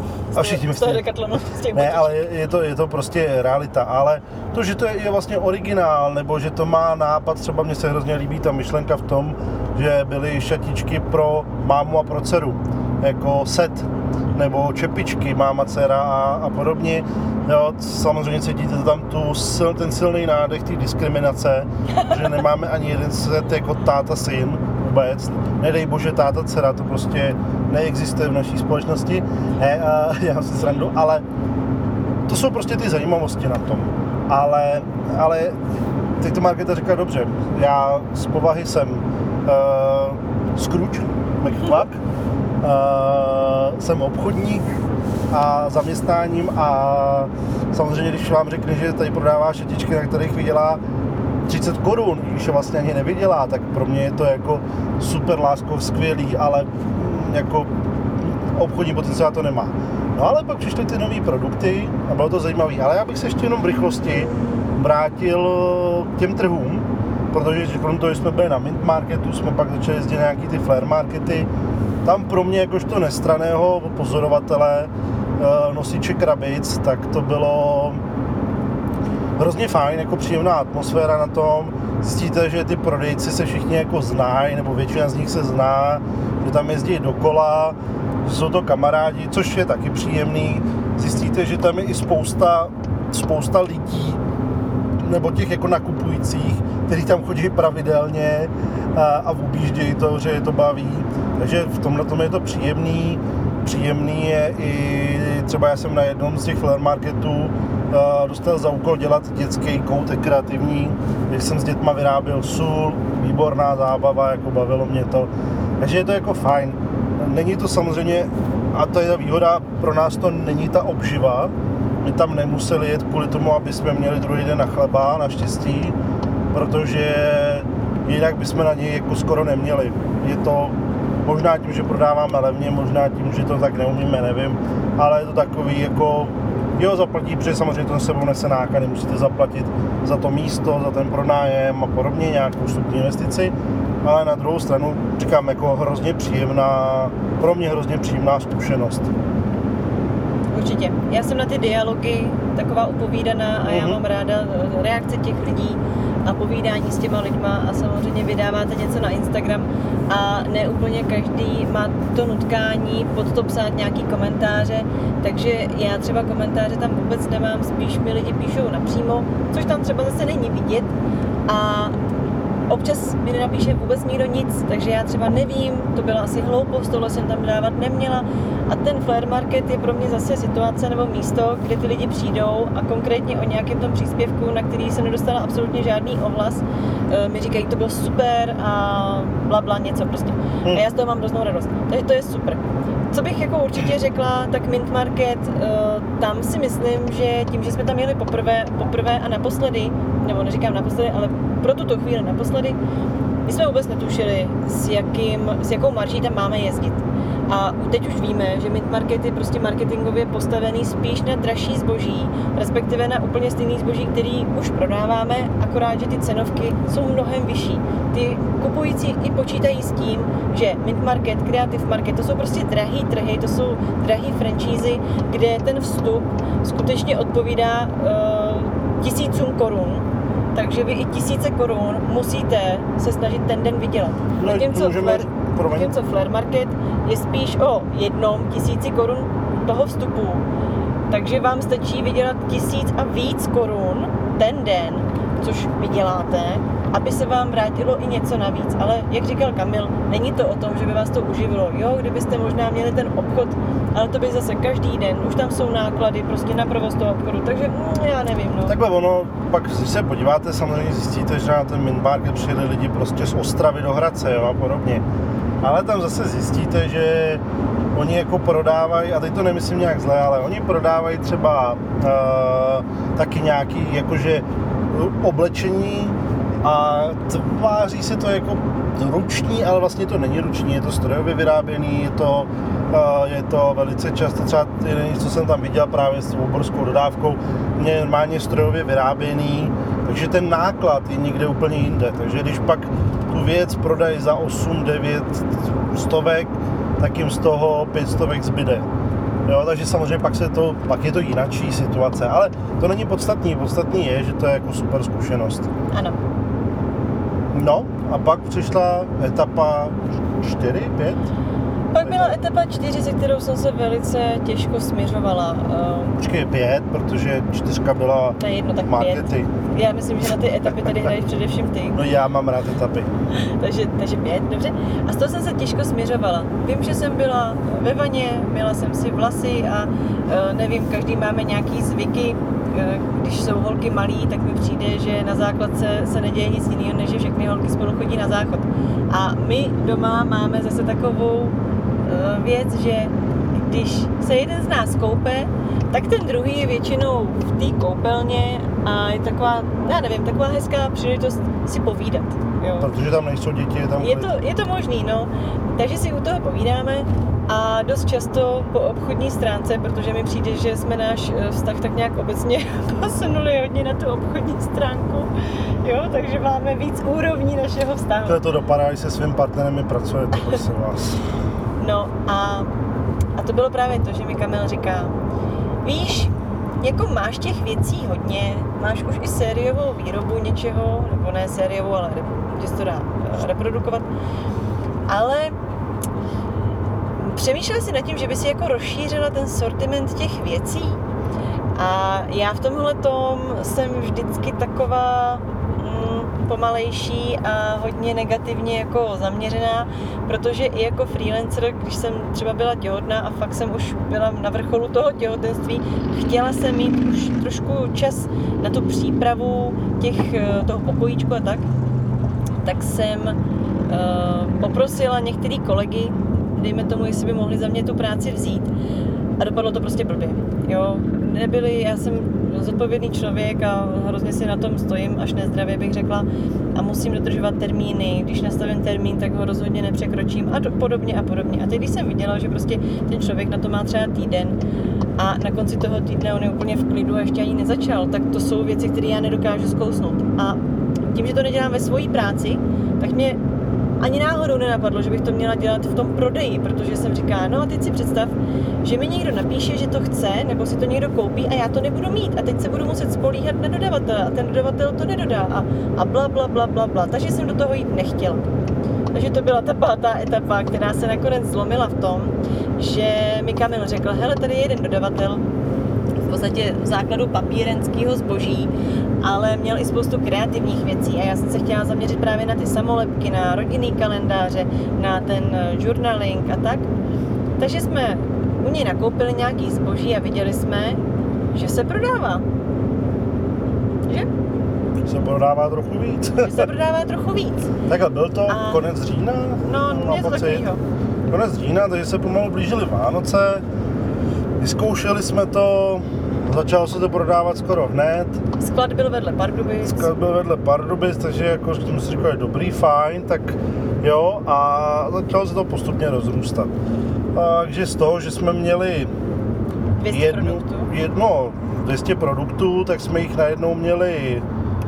A všichni mají stejného Decathlonu. Ne, ale je, je, to, je to prostě realita. Ale to, že to je, je vlastně originál, nebo že to má nápad, třeba mně se hrozně líbí ta myšlenka v tom, že byly šatičky pro mámu a pro dceru. Jako set, nebo čepičky, máma, dcera a, a podobně. Jo, samozřejmě cítíte tam tu, sil, ten silný nádech té diskriminace, že nemáme ani jeden set jako táta, syn. Vůbec. Nedej bože táta, dcera, to prostě neexistuje v naší společnosti. Ne, uh, já si srandu, ale to jsou prostě ty zajímavosti na tom. Ale, ale teď to Markéta říká dobře, já z povahy jsem uh, Scrooge McCluck, uh, jsem obchodník a zaměstnáním a samozřejmě, když vám řekne, že tady prodává šatičky, na kterých vydělá třicet korun, když je vlastně ani nevydělá, tak pro mě je to jako super lásko, skvělý, ale jako obchodní potenciál to nemá. No ale pak přišly ty nové produkty a bylo to zajímavé. Ale já bych se ještě jenom v rychlosti vrátil k těm trhům, protože krom toho, že jsme byli na Mint Marketu, jsme pak začali jezdit nějaký ty flare markety. Tam pro mě jakožto nestraného pozorovatele nosiče krabic, tak to bylo hrozně fajn, jako příjemná atmosféra na tom. Zjistíte, že ty prodejci se všichni jako znají, nebo většina z nich se zná, že tam jezdí dokola, že jsou to kamarádi, což je taky příjemný. Zjistíte, že tam je i spousta, spousta lidí, nebo těch jako nakupujících, kteří tam chodí pravidelně a, a objíždějí to, že je to baví. Takže v tomhle tom je to příjemný. Příjemný je i třeba já jsem na jednom z těch flare marketů uh, dostal za úkol dělat dětský koutek kreativní, když jsem s dětma vyráběl sůl, výborná zábava, jako bavilo mě to. Takže je to jako fajn. Není to samozřejmě, a to je ta výhoda, pro nás to není ta obživa. My tam nemuseli jet kvůli tomu, aby jsme měli druhý den na chleba, naštěstí, protože jinak bychom na něj jako skoro neměli. Je to možná tím, že prodáváme levně, možná tím, že to tak neumíme, nevím, ale je to takový jako, jo, zaplatí, protože samozřejmě to sebou nese náklady, musíte zaplatit za to místo, za ten pronájem a podobně, nějakou vstupní investici, ale na druhou stranu, říkám, jako hrozně příjemná, pro mě hrozně příjemná zkušenost. Určitě. Já jsem na ty dialogy taková upovídaná a já mám ráda reakce těch lidí a povídání s těma lidma a samozřejmě vydáváte něco na Instagram a ne úplně každý má to nutkání pod to psát nějaký komentáře, takže já třeba komentáře tam vůbec nemám, spíš mi lidi píšou napřímo, což tam třeba zase není vidět a občas mi nenapíše vůbec nikdo nic, takže já třeba nevím, to byla asi hloupost, tohle jsem tam dávat neměla a ten flare market je pro mě zase situace nebo místo, kde ty lidi přijdou a konkrétně o nějakém tom příspěvku, na který jsem nedostala absolutně žádný ohlas, mi říkají, to bylo super a bla bla něco prostě. A já z toho mám hroznou radost, takže to je super. Co bych jako určitě řekla, tak Mint Market, tam si myslím, že tím, že jsme tam jeli poprvé, poprvé a naposledy, nebo neříkám naposledy, ale pro tuto chvíli naposledy, my jsme vůbec netušili, s, jakým, s jakou marží tam máme jezdit. A teď už víme, že Mint Market je prostě marketingově postavený spíš na dražší zboží, respektive na úplně stejný zboží, který už prodáváme, akorát, že ty cenovky jsou mnohem vyšší. Ty kupující i počítají s tím, že Mint Market, Creative Market, to jsou prostě drahý trhy, to jsou drahý franšízy, kde ten vstup skutečně odpovídá uh, tisícům korun. Takže vy i tisíce korun musíte se snažit ten den vydělat. No, Zatímco flare, flare market je spíš o jednom tisíci korun toho vstupu. Takže vám stačí vydělat tisíc a víc korun ten den, což vyděláte, aby se vám vrátilo i něco navíc. Ale jak říkal Kamil, není to o tom, že by vás to uživilo. Jo, kdybyste možná měli ten obchod, ale to by zase každý den, už tam jsou náklady prostě na provoz toho obchodu, takže mm, já nevím, no. Takhle ono, pak když se podíváte, samozřejmě zjistíte, že na ten Mint Market přijeli lidi prostě z Ostravy do Hradce, jo, a podobně. Ale tam zase zjistíte, že oni jako prodávají, a teď to nemyslím nějak zle, ale oni prodávají třeba uh, taky nějaký jakože oblečení a tváří se to jako ruční, ale vlastně to není ruční, je to strojově vyráběný, je to, uh, je to velice často, třeba jeden, co jsem tam viděl právě s obrovskou dodávkou, je normálně strojově vyráběný, takže ten náklad je někde úplně jinde, takže když pak tu věc prodají za osm devět stovek, tak jim z toho pět stovek zbyde. Jo, takže samozřejmě pak, se to, pak je to jinačí situace, ale to není podstatný, podstatný je, že to je jako super zkušenost. Ano. No, a pak přišla etapa čtyři, pět? Pak byla etapa čtyři, se kterou jsem se velice těžko směřovala. Počkej, pět, protože čtyřka byla to je jedno, tak markety. Pět. Já myslím, že na ty etapy tady hraješ především ty. No já mám rád etapy. takže, takže pět, dobře. A z toho jsem se těžko směřovala. Vím, že jsem byla ve vaně, měla jsem si vlasy a nevím, každý máme nějaký zvyky. Když jsou holky malí, tak mi přijde, že na základce se neděje nic jiného, než že všechny holky spolu chodí na záchod. A my doma máme zase takovou věc, že když se jeden z nás koupe, tak ten druhý je většinou v té koupelně a je taková, já nevím, taková hezká příležitost si povídat. Jo. Protože tam nejsou děti, je tam je to, je to možný, no. Takže si u toho povídáme a dost často po obchodní stránce, protože mi přijde, že jsme náš vztah tak nějak obecně posunuli hodně na tu obchodní stránku, Jo, takže máme víc úrovní našeho vztahu. To je to dopadá, když se svým partnerem i pracujete, prosím vás. No a, a to bylo právě to, že mi Kamil říká, víš, jako máš těch věcí hodně, máš už i sériovou výrobu něčeho, nebo ne sériovou, ale že se to dá reprodukovat, ale přemýšlel jsi nad tím, že by si jako rozšířila ten sortiment těch věcí? A já v tomhle tom jsem vždycky taková mm, pomalejší a hodně negativně jako zaměřená, protože i jako freelancer, když jsem třeba byla těhotná a fakt jsem už byla na vrcholu toho těhotenství, chtěla jsem mít už trošku čas na tu přípravu těch, toho pokojíčku a tak, tak jsem uh, poprosila některý kolegy, dejme tomu, jestli by mohli za mě tu práci vzít, a dopadlo to prostě blbě, jo. Nebyli, já jsem zodpovědný člověk a hrozně si na tom stojím, až nezdravě bych řekla, a musím dodržovat termíny, když nastavím termín, tak ho rozhodně nepřekročím a do, podobně a podobně. A teď, když jsem viděla, že prostě ten člověk na to má třeba týden a na konci toho týdne on je úplně v klidu a ještě ani nezačal, tak to jsou věci, které já nedokážu zkousnout. A tím, že to nedělám ve svojí práci, tak mě ani náhodou nenapadlo, že bych to měla dělat v tom prodeji, protože jsem říká, no a teď si představ, že mi někdo napíše, že to chce, nebo si to někdo koupí a já to nebudu mít a teď se budu muset spolíhat na dodavatele a ten dodavatel to nedodá a, a bla, bla, bla, bla, bla. Takže jsem do toho jít nechtěla. Takže to byla ta pátá etapa, která se nakonec zlomila v tom, že mi Kamil řekl, hele, tady je jeden dodavatel, v podstatě v základu papírenského zboží, ale měl i spoustu kreativních věcí a já jsem se chtěla zaměřit právě na ty samolepky, na rodinný kalendáře, na ten journaling a tak. Takže jsme u něj nakoupili nějaký zboží a viděli jsme, že se prodává. Že? Se prodává trochu víc. Že se prodává trochu víc. Takhle byl to a... konec října? No, něco takového. Konec října, takže se pomalu blížily Vánoce. Vyzkoušeli jsme to, začalo se to prodávat skoro hned. Sklad byl vedle Pardubic. Sklad byl vedle Pardubic, takže jako jsem si říkal, dobrý, fajn, tak jo, a začalo se to postupně rozrůstat. Takže z toho, že jsme měli dvě stě jednu, produktů. jedno dvě stě produktů, tak jsme jich najednou měli,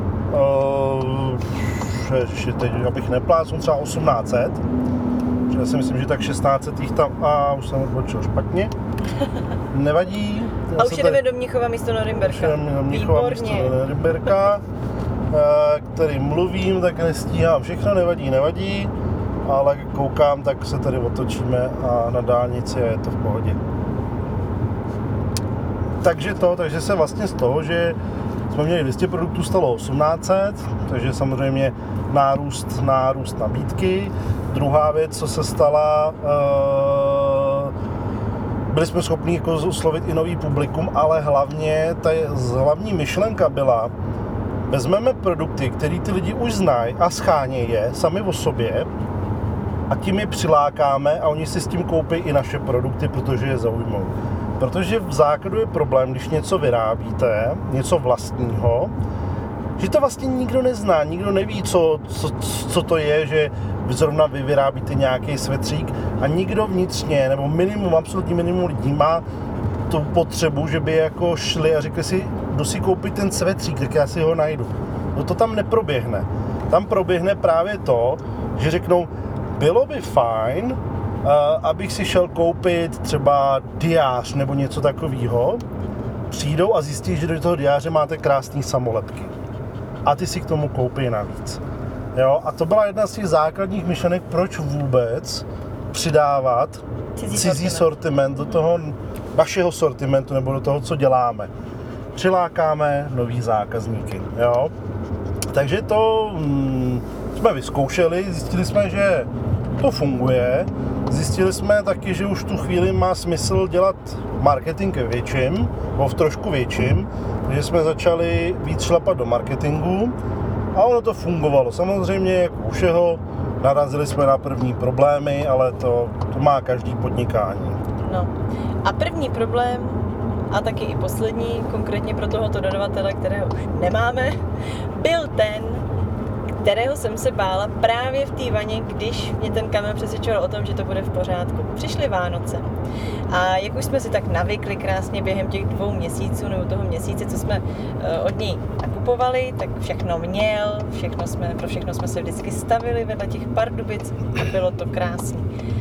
uh, ještě teď, abych neplácnul, třeba osmnáct set. Já si myslím, že tak šestnáct set jich tam, a už jsem odbočil špatně. Nevadí. A už jdeme do Mnichova místo Norimberka. Do Mnichova místo Norimberka, který mluvím, tak nestíhám všechno, nevadí, nevadí, ale koukám, tak se tady otočíme a na dálnici a je to v pohodě. Takže to, takže se vlastně z toho, že jsme měli dvě stě produktů, stalo osmnáct set, takže samozřejmě nárůst, nárůst nabídky. Druhá věc, co se stala, byli jsme schopni jako oslovit i nový publikum, ale hlavně ta hlavní myšlenka byla, vezmeme produkty, které ty lidi už znají a schánějí je sami o sobě a tím je přilákáme a oni si s tím koupí i naše produkty, protože je zaujmou. Protože v základu je problém, když něco vyrábíte, něco vlastního, že to vlastně nikdo nezná, nikdo neví, co, co, co to je, že zrovna vy vyrábíte nějaký svetřík a nikdo vnitřně, nebo minimum, absolutní minimum lidí má tu potřebu, že by jako šli a řekli si, kdo si koupí ten svetřík, tak já si ho najdu. No to tam neproběhne. Tam proběhne právě to, že řeknou, bylo by fajn, uh, abych si šel koupit třeba diář nebo něco takového, přijdou a zjistí, že do toho diáře máte krásné samolepky. A ty si k tomu koupí navíc. Jo? A to byla jedna z těch základních myšlenek, proč vůbec přidávat cizí, cizí sortiment do toho našeho sortimentu nebo do toho, co děláme. Přilákáme nový zákazníky. Jo? Takže to hm, jsme vyzkoušeli, zjistili jsme, že to funguje. Zjistili jsme taky, že už tu chvíli má smysl dělat marketing ve větším, nebo v trošku větším, takže jsme začali víc šlapat do marketingu a ono to fungovalo. Samozřejmě jako u všeho, narazili jsme na první problémy, ale to, to má každý podnikání. No a první problém, a taky i poslední, konkrétně pro tohoto dodavatele, kterého už nemáme, byl ten, kterého jsem se bála právě v té vaně, když mě ten kamen přesvědčoval o tom, že to bude v pořádku. Přišly Vánoce a jak už jsme si tak navykli krásně během těch dvou měsíců nebo toho měsíce, co jsme od něj nakupovali, tak všechno měl, všechno jsme, pro všechno jsme se vždycky stavili vedle těch Pardubic a bylo to krásné.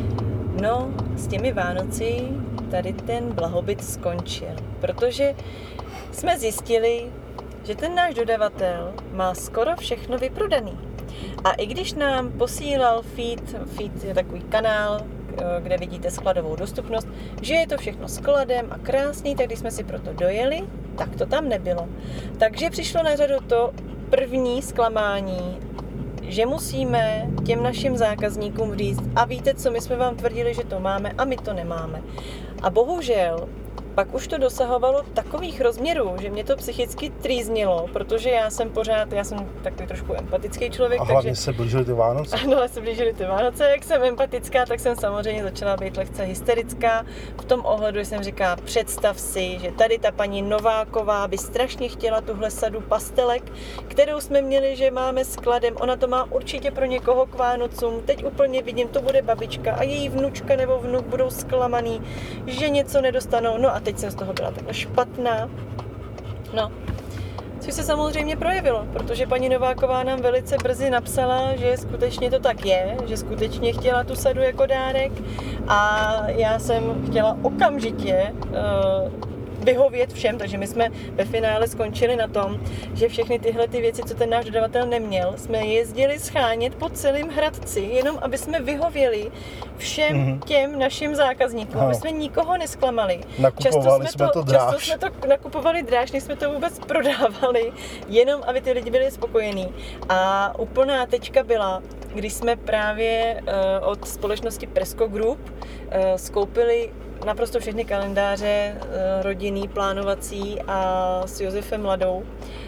No, s těmi Vánoci tady ten blahobyt skončil, protože jsme zjistili, že ten náš dodavatel má skoro všechno vyprodaný. A i když nám posílal feed, feed je takový kanál, kde vidíte skladovou dostupnost, že je to všechno skladem a krásný, tak když jsme si proto dojeli, tak to tam nebylo. Takže přišlo na řadu to první zklamání, že musíme těm našim zákazníkům říct, a víte co, my jsme vám tvrdili, že to máme a my to nemáme. A bohužel, pak už to dosahovalo takových rozměrů, že mě to psychicky trýznilo, protože já jsem pořád, já jsem takový trošku empatický člověk. A hlavně takže... se blížily ty Vánoce. Ano, ale se blížily ty Vánoce. Jak jsem empatická, tak jsem samozřejmě začala být lehce hysterická. V tom ohledu jsem říkala, představ si, že tady ta paní Nováková by strašně chtěla tuhle sadu pastelek, kterou jsme měli, že máme skladem. Ona to má určitě pro někoho k Vánocům. Teď úplně vidím, to bude babička a její vnučka nebo vnuk budou zklamaný, že něco nedostanou. No a teď jsem z toho byla takhle špatná. No, což se samozřejmě projevilo, protože paní Nováková nám velice brzy napsala, že skutečně to tak je, že skutečně chtěla tu sadu jako dárek a já jsem chtěla okamžitě uh, vyhovět všem, takže my jsme ve finále skončili na tom, že všechny tyhle ty věci, co ten náš dodavatel neměl, jsme jezdili schánět po celém Hradci, jenom aby jsme vyhověli všem mm-hmm. těm našim zákazníkům, aby jsme nikoho nesklamali. Nakupovali jsme to, to dráž. Často jsme to nakupovali dráž, než jsme to vůbec prodávali, jenom aby ty lidi byli spokojení. A úplná tečka byla, když jsme právě uh, od společnosti Presco Group uh, skoupili naprosto všechny kalendáře rodinný, plánovací a s Josefem Mladou.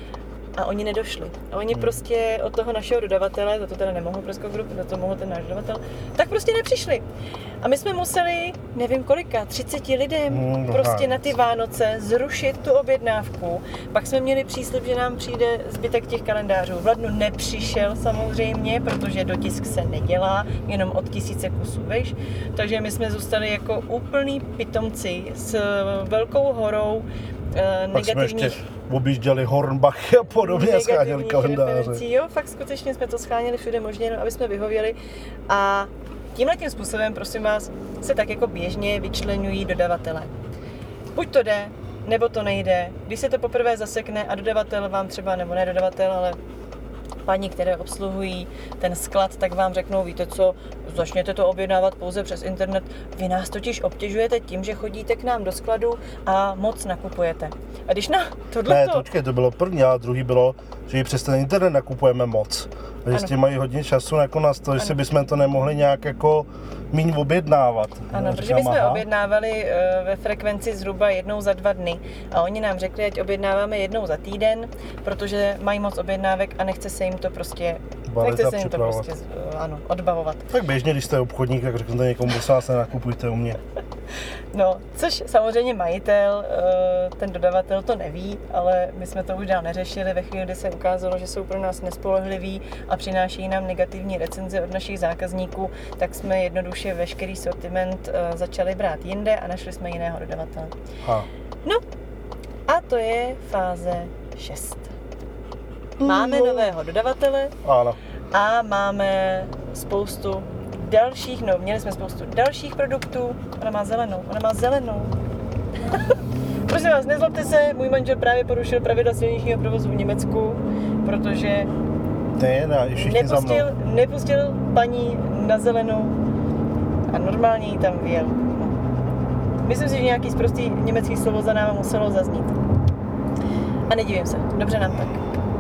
A oni nedošli. A oni hmm. prostě od toho našeho dodavatele, za to teda nemohl Presco Group, za to mohl ten náš dodavatel, tak prostě nepřišli. A my jsme museli, nevím kolika, třiceti lidem hmm, prostě na ty Vánoce zrušit tu objednávku. Pak jsme měli příslib, že nám přijde zbytek těch kalendářů. V lednu nepřišel samozřejmě, protože dotisk se nedělá, jenom od tisíce kusů, víš. Takže my jsme zůstali jako úplný pitomci s velkou horou Uh, negativních... Pak jsme ještě objížděli Hornbach a podobně a scháněli kalendáře. Jo, fakt skutečně jsme to scháněli všude možně, jenom aby jsme vyhověli. A tímhletím způsobem, prosím vás, se tak jako běžně vyčleňují dodavatele. Buď to jde, nebo to nejde. Když se to poprvé zasekne a dodavatel vám třeba, nebo ne dodavatel, ale paní, které obsluhují ten sklad, tak vám řeknou, víte co, začněte to objednávat pouze přes internet. Vy nás totiž obtěžujete tím, že chodíte k nám do skladu a moc nakupujete. A když na tohleto... Ne, počkej, to bylo první, ale druhý bylo, že i přes ten internet nakupujeme moc. Takže s tím mají hodně času jako na to, jestli bychom to nemohli nějak jako míň objednávat. Ano, já protože říkám, my jsme aha. objednávali ve frekvenci zhruba jednou za dva dny a oni nám řekli, ať objednáváme jednou za týden, protože mají moc objednávek a nechce se jim to prostě, nechce se jim to prostě ano, odbavovat. Tak běžně, když jste obchodník, tak řeknete někomu, prosím vás, nenakupujte u mě. No, což samozřejmě majitel, ten dodavatel to neví, ale my jsme to už dál neřešili ve chvíli, kdy se ukázalo, že jsou pro nás nespolehliví a přináší nám negativní recenze od našich zákazníků, tak jsme jednoduše veškerý sortiment začali brát jinde a našli jsme jiného dodavatele. Ha. No, a to je fáze šest. Máme no. nového dodavatele ano. a máme spoustu dalších, no, měli jsme spoustu dalších produktů. Ona má zelenou, ona má zelenou. Prosím vás, nezlobte se, můj manžel právě porušil pravidla silničního provozu v Německu, protože ne, ne, nepustil, nepustil paní na zelenou a normálně jí tam vyjel. Myslím si, že nějaký sprostý německý slovo za náma muselo zaznít. A nedivím se, dobře nám tak.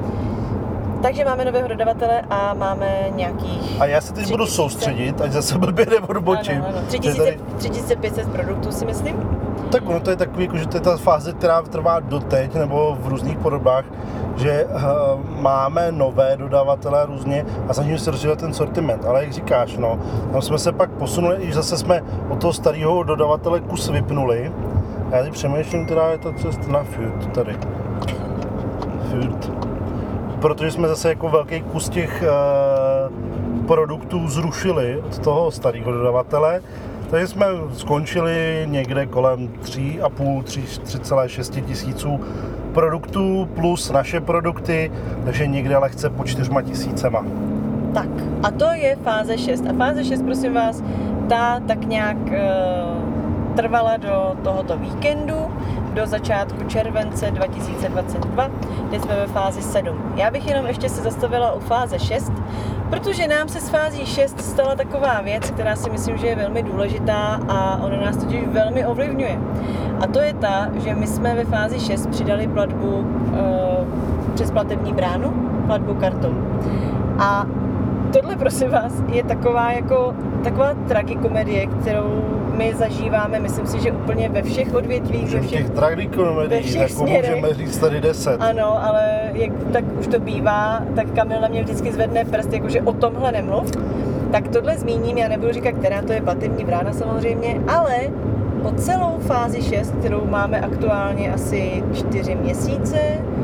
Takže máme nového dodavatele a máme nějakých... A já se teď budu soustředit, ať zase blbě neodbočím. Ano, ano. tři tisíce pět set produktů si myslím. Tak ono to je takový, jako, že to je ta fáze, která trvá doteď, nebo v různých podobách, že uh, máme nové dodavatele různě a snažíme se rozšiřovat ten sortiment. Ale jak říkáš, no, tam jsme se pak posunuli, i zase jsme od toho starého dodavatele kus vypnuli. Já teď přemýšlím, která je ta cesta na Furt tady. Furt. protože jsme zase jako velký kus těch uh, produktů zrušili od toho starého dodavatele, takže jsme skončili někde kolem tři a půl, tři celé šest tisíců produktů plus naše produkty, takže někde lehce po čtyřma tisícema. Tak, a to je fáze šest. A fáze šest, prosím vás, ta tak nějak e, trvala do tohoto víkendu, do začátku července dva tisíce dvacet dva, teď jsme ve fázi sedm. Já bych jenom ještě se zastavila u fáze šest, protože nám se s fází šest stala taková věc, která si myslím, že je velmi důležitá a ona nás totiž velmi ovlivňuje. A to je ta, že my jsme ve fázi šest přidali platbu e, přes platební bránu, platbu kartou. A tohle, prosím vás, je taková jako taková tragikomedie, kterou my zažíváme, myslím si, že úplně ve všech odvětvích, ve všech, těch tragikomedií, tak můžeme říct tady deset. Ano, ale jak tak už to bývá, tak Kamil na mě vždycky zvedne prst, jakože o tomhle nemluv. Tak tohle zmíním, já nebudu říkat, která to je platební brána samozřejmě, ale po celou fázi šest, kterou máme aktuálně asi čtyři měsíce,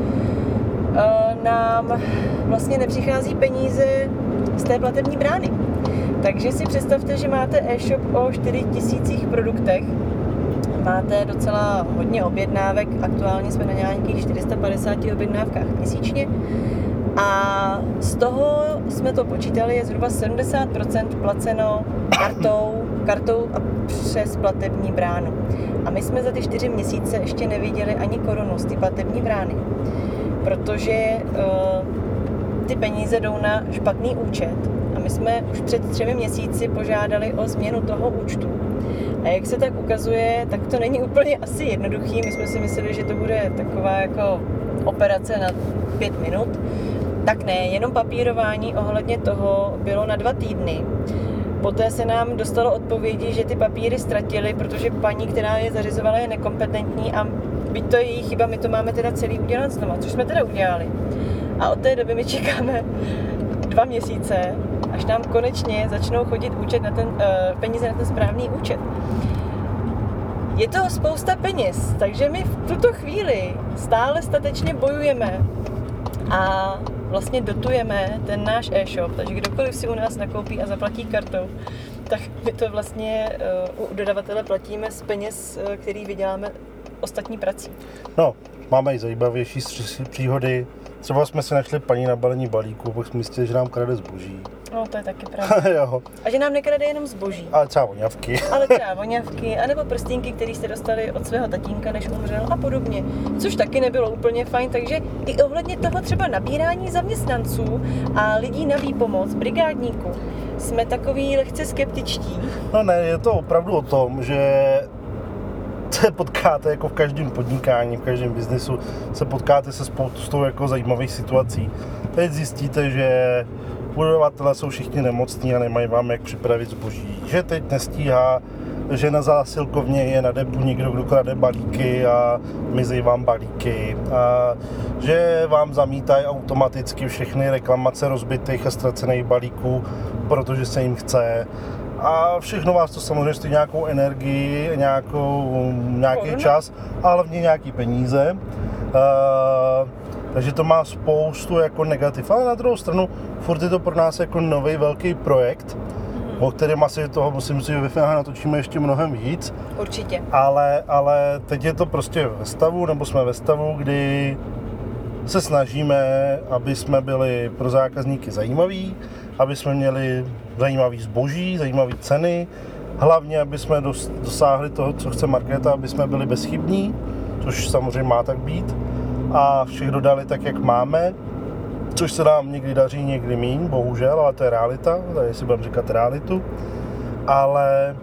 nám vlastně nepřichází peníze z té platební brány. Takže si představte, že máte e-shop o čtyři tisících produktech, máte docela hodně objednávek, aktuálně jsme na nějakých čtyři sta padesáti objednávkách měsíčně a z toho jsme to počítali, je zhruba sedmdesát procent placeno kartou, kartou a přes platební bránu. A my jsme za ty čtyři měsíce ještě neviděli ani korunu z té platební brány, protože uh, ty peníze jdou na špatný účet a my jsme už před třemi měsíci požádali o změnu toho účtu. A jak se tak ukazuje, tak to není úplně asi jednoduchý. My jsme si mysleli, že to bude taková jako operace na pět minut. Tak ne, jenom papírování ohledně toho bylo na dva týdny. Poté se nám dostalo odpovědi, že ty papíry ztratili, protože paní, která je zařizovala, je nekompetentní a byť to je její chyba, my to máme teda celý udělat znova, což jsme teda udělali. A od té doby my čekáme dva měsíce, až nám konečně začnou chodit účet na ten, uh, peníze na ten správný účet. Je toho spousta peněz, takže my v tuto chvíli stále statečně bojujeme a vlastně dotujeme ten náš e-shop, takže kdokoliv si u nás nakoupí a zaplatí kartou, tak my to vlastně uh, u dodavatele platíme z peněz, uh, který vyděláme ostatní prací. No, máme i zajímavější příhody. Třeba jsme si našli paní na balení balíku, pak jsme mysleli, že nám krade zboží. No, to je taky pravda. Jo. A že nám nekrade jenom zboží. Ale třeba voňavky. Ale třeba voňavky, anebo prstínky, které jste dostali od svého tatínka, než umřel a podobně. Což taky nebylo úplně fajn, takže i ohledně toho třeba nabírání zaměstnanců a lidí na výpomoc, brigádníků, jsme takový lehce skeptičtí. No ne, je to opravdu o tom, že se potkáte jako v každém podnikání, v každém biznesu, se potkáte se spoustou jako zajímavých situací. Teď zjistíte, že dodavatelé jsou všichni nemocní a nemají vám jak připravit zboží. Že teď nestíhá, že na zásilkovně je na depu někdo, kdo klade balíky a mizí vám balíky. A že vám zamítají automaticky všechny reklamace rozbitých a ztracených balíků, protože se jim chce. A všechno vás to samozřejmě stojí nějakou energii, nějakou, nějaký čas a hlavně nějaký peníze. Uh, takže to má spoustu jako negativ. Ale na druhou stranu furt je to pro nás jako nový velký projekt, mm. o kterém asi toho musím si, že ve finále natočíme ještě mnohem víc. Určitě. Ale, ale teď je to prostě ve stavu, nebo jsme ve stavu, kdy se snažíme, aby jsme byli pro zákazníky zajímaví, aby jsme měli zajímavý zboží, zajímavé ceny, hlavně, aby jsme dosáhli toho, co chce Markéta, aby jsme byli bezchybní, což samozřejmě má tak být, a všech dodali tak, jak máme, což se nám někdy daří, někdy míň, bohužel, ale to je realita, tady si budeme říkat realitu, ale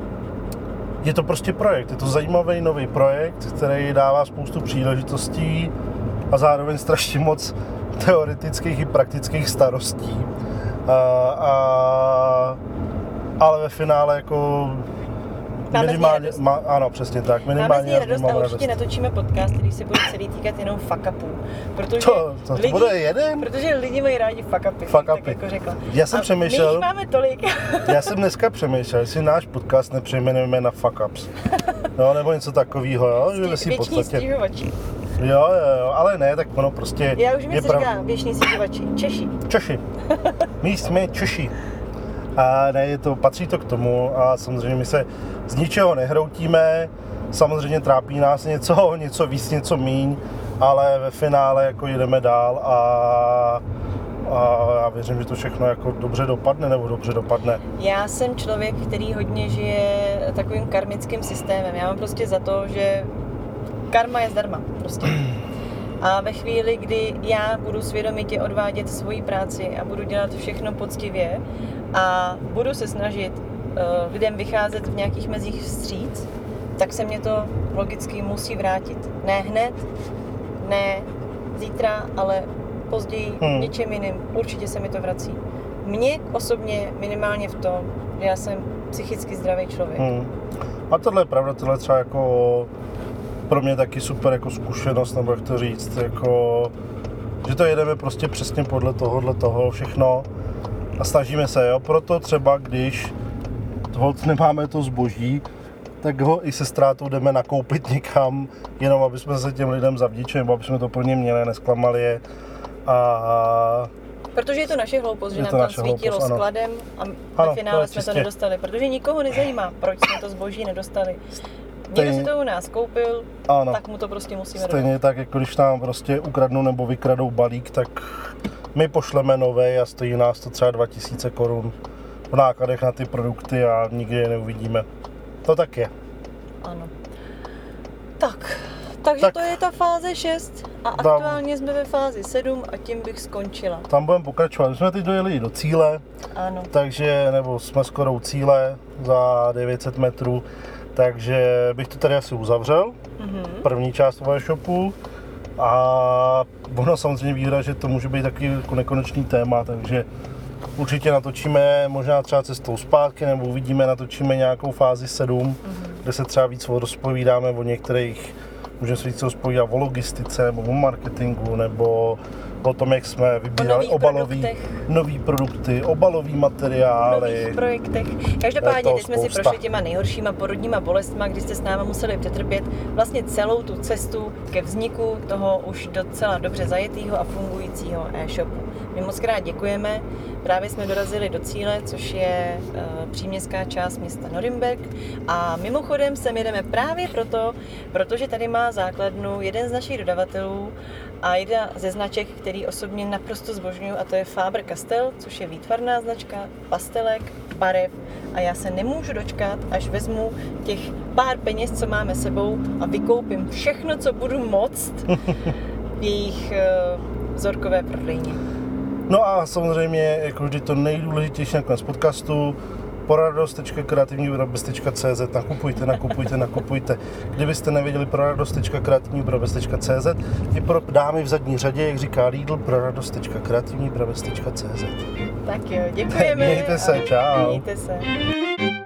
je to prostě projekt, je to zajímavý nový projekt, který dává spoustu příležitostí a zároveň strašně moc teoretických i praktických starostí. A, a, ale ve finále jako minimálně, ma, ano, přesně tak, minimálně máme z ní radost a určitě radost. natočíme podcast, který se bude celý týkat jenom fuck upů, protože to, to, to lidi, bude jeden? Protože lidi mají rádi fuck upy, fuck tak upy. jako řekla. Já jsem a přemýšlel, my jich máme tolik. já jsem dneska přemýšlel, jestli náš podcast nepřejmenujeme na fuck ups, no, nebo něco takového, jo, že ve svým podstatě. Stížovačí. Jo, jo, jo, ale ne, tak ono prostě... Já už mi je se prav... říká běžní stěžovači, Češi. Češi. My jsme Češi. A ne, je to, patří to k tomu a samozřejmě my se z ničeho nehroutíme, samozřejmě trápí nás něco, něco víc, něco míň, ale ve finále jako jedeme dál a, a já věřím, že to všechno jako dobře dopadne, nebo dobře dopadne. Já jsem člověk, který hodně žije takovým karmickým systémem. Já mám prostě za to, že karma je zdarma prostě. A ve chvíli, kdy já budu svědomitě odvádět svoji práci a budu dělat všechno poctivě a budu se snažit uh, lidem vycházet v nějakých mezích vstříc, tak se mě to logicky musí vrátit. Ne hned, ne zítra, ale později hmm. něčem jiným. Určitě se mi to vrací. Mně osobně minimálně v tom, že já jsem psychicky zdravý člověk. Hmm. A tohle je pravda, tohle je třeba jako pro mě taky super jako zkušenost, nebo jak to říct, jako, že to jedeme prostě přesně podle tohohle toho všechno a snažíme se, jo, proto třeba když holt nemáme to zboží, tak ho i se ztrátou jdeme nakoupit někam, jenom aby jsme se těm lidem zavděčili, nebo aby jsme to pro ně měli, nesklamali je a... Protože je to naše hloupost, že je nám tam svítilo hloupost, skladem a ano, ve finále to jsme čistě. to nedostali, protože nikoho nezajímá, proč jsme to zboží nedostali. Někdo si to u nás koupil, ano. tak mu to prostě musíme Stejně dodat. tak, jako když nám prostě ukradnou nebo vykradou balík, tak my pošleme novej a stojí nás to třeba dva tisíce korun v nákladech na ty produkty a nikdy je neuvidíme. To tak je. Ano. Tak, takže Tak. to je ta fáze šest a Tam. aktuálně jsme ve fázi sedm a tím bych skončila. Tam budeme pokračovat. My jsme teď dojeli do cíle, Ano. takže, nebo jsme skoro u cíle za devět set metrů, takže bych to tady asi uzavřel, Mhm. první část toho e-shopu. A ono samozřejmě výhoda, že to může být taky jako nekonečný téma, takže určitě natočíme možná třeba cestou zpátky, nebo uvidíme, natočíme nějakou fázi sedm, mm-hmm. kde se třeba víc rozpovídáme o některých, můžeme se víc rozpovídat o logistice, nebo o marketingu, nebo o tom, jak jsme vybírali obalový, nový produkty, obalový materiály. Nových projektech. Každopádně, toho teď jsme si spousta. prošli těma nejhoršíma porodníma bolestma, kdy jste s náma museli přetrpět vlastně celou tu cestu ke vzniku toho už docela dobře zajetého a fungujícího e-shopu. My moc krát děkujeme. Právě jsme dorazili do cíle, což je uh, příměstská část města Norimberk. A mimochodem sem jedeme právě proto, protože tady má základnu jeden z našich dodavatelů a jedna ze značek, který osobně naprosto zbožňuju, a to je Faber-Castell, což je výtvarná značka pastelek, barev a já se nemůžu dočkat, až vezmu těch pár peněz, co máme sebou a vykoupím všechno, co budu moct v jejich uh, vzorkové prodejně. No a samozřejmě, jako vždy to nejdůležitější nakonec podcastu, poradost tečka kreativní výrobec tečka cé zet, nakupujte, nakupujte, nakupujte. Kdybyste nevěděli, poradost tečka kreativní výrobec tečka cé zet je pro dámy v zadní řadě, jak říká Lidl, poradost tečka kreativní výrobec tečka cé zet. Tak jo, děkujeme. Mějte se, čau. Mějte se.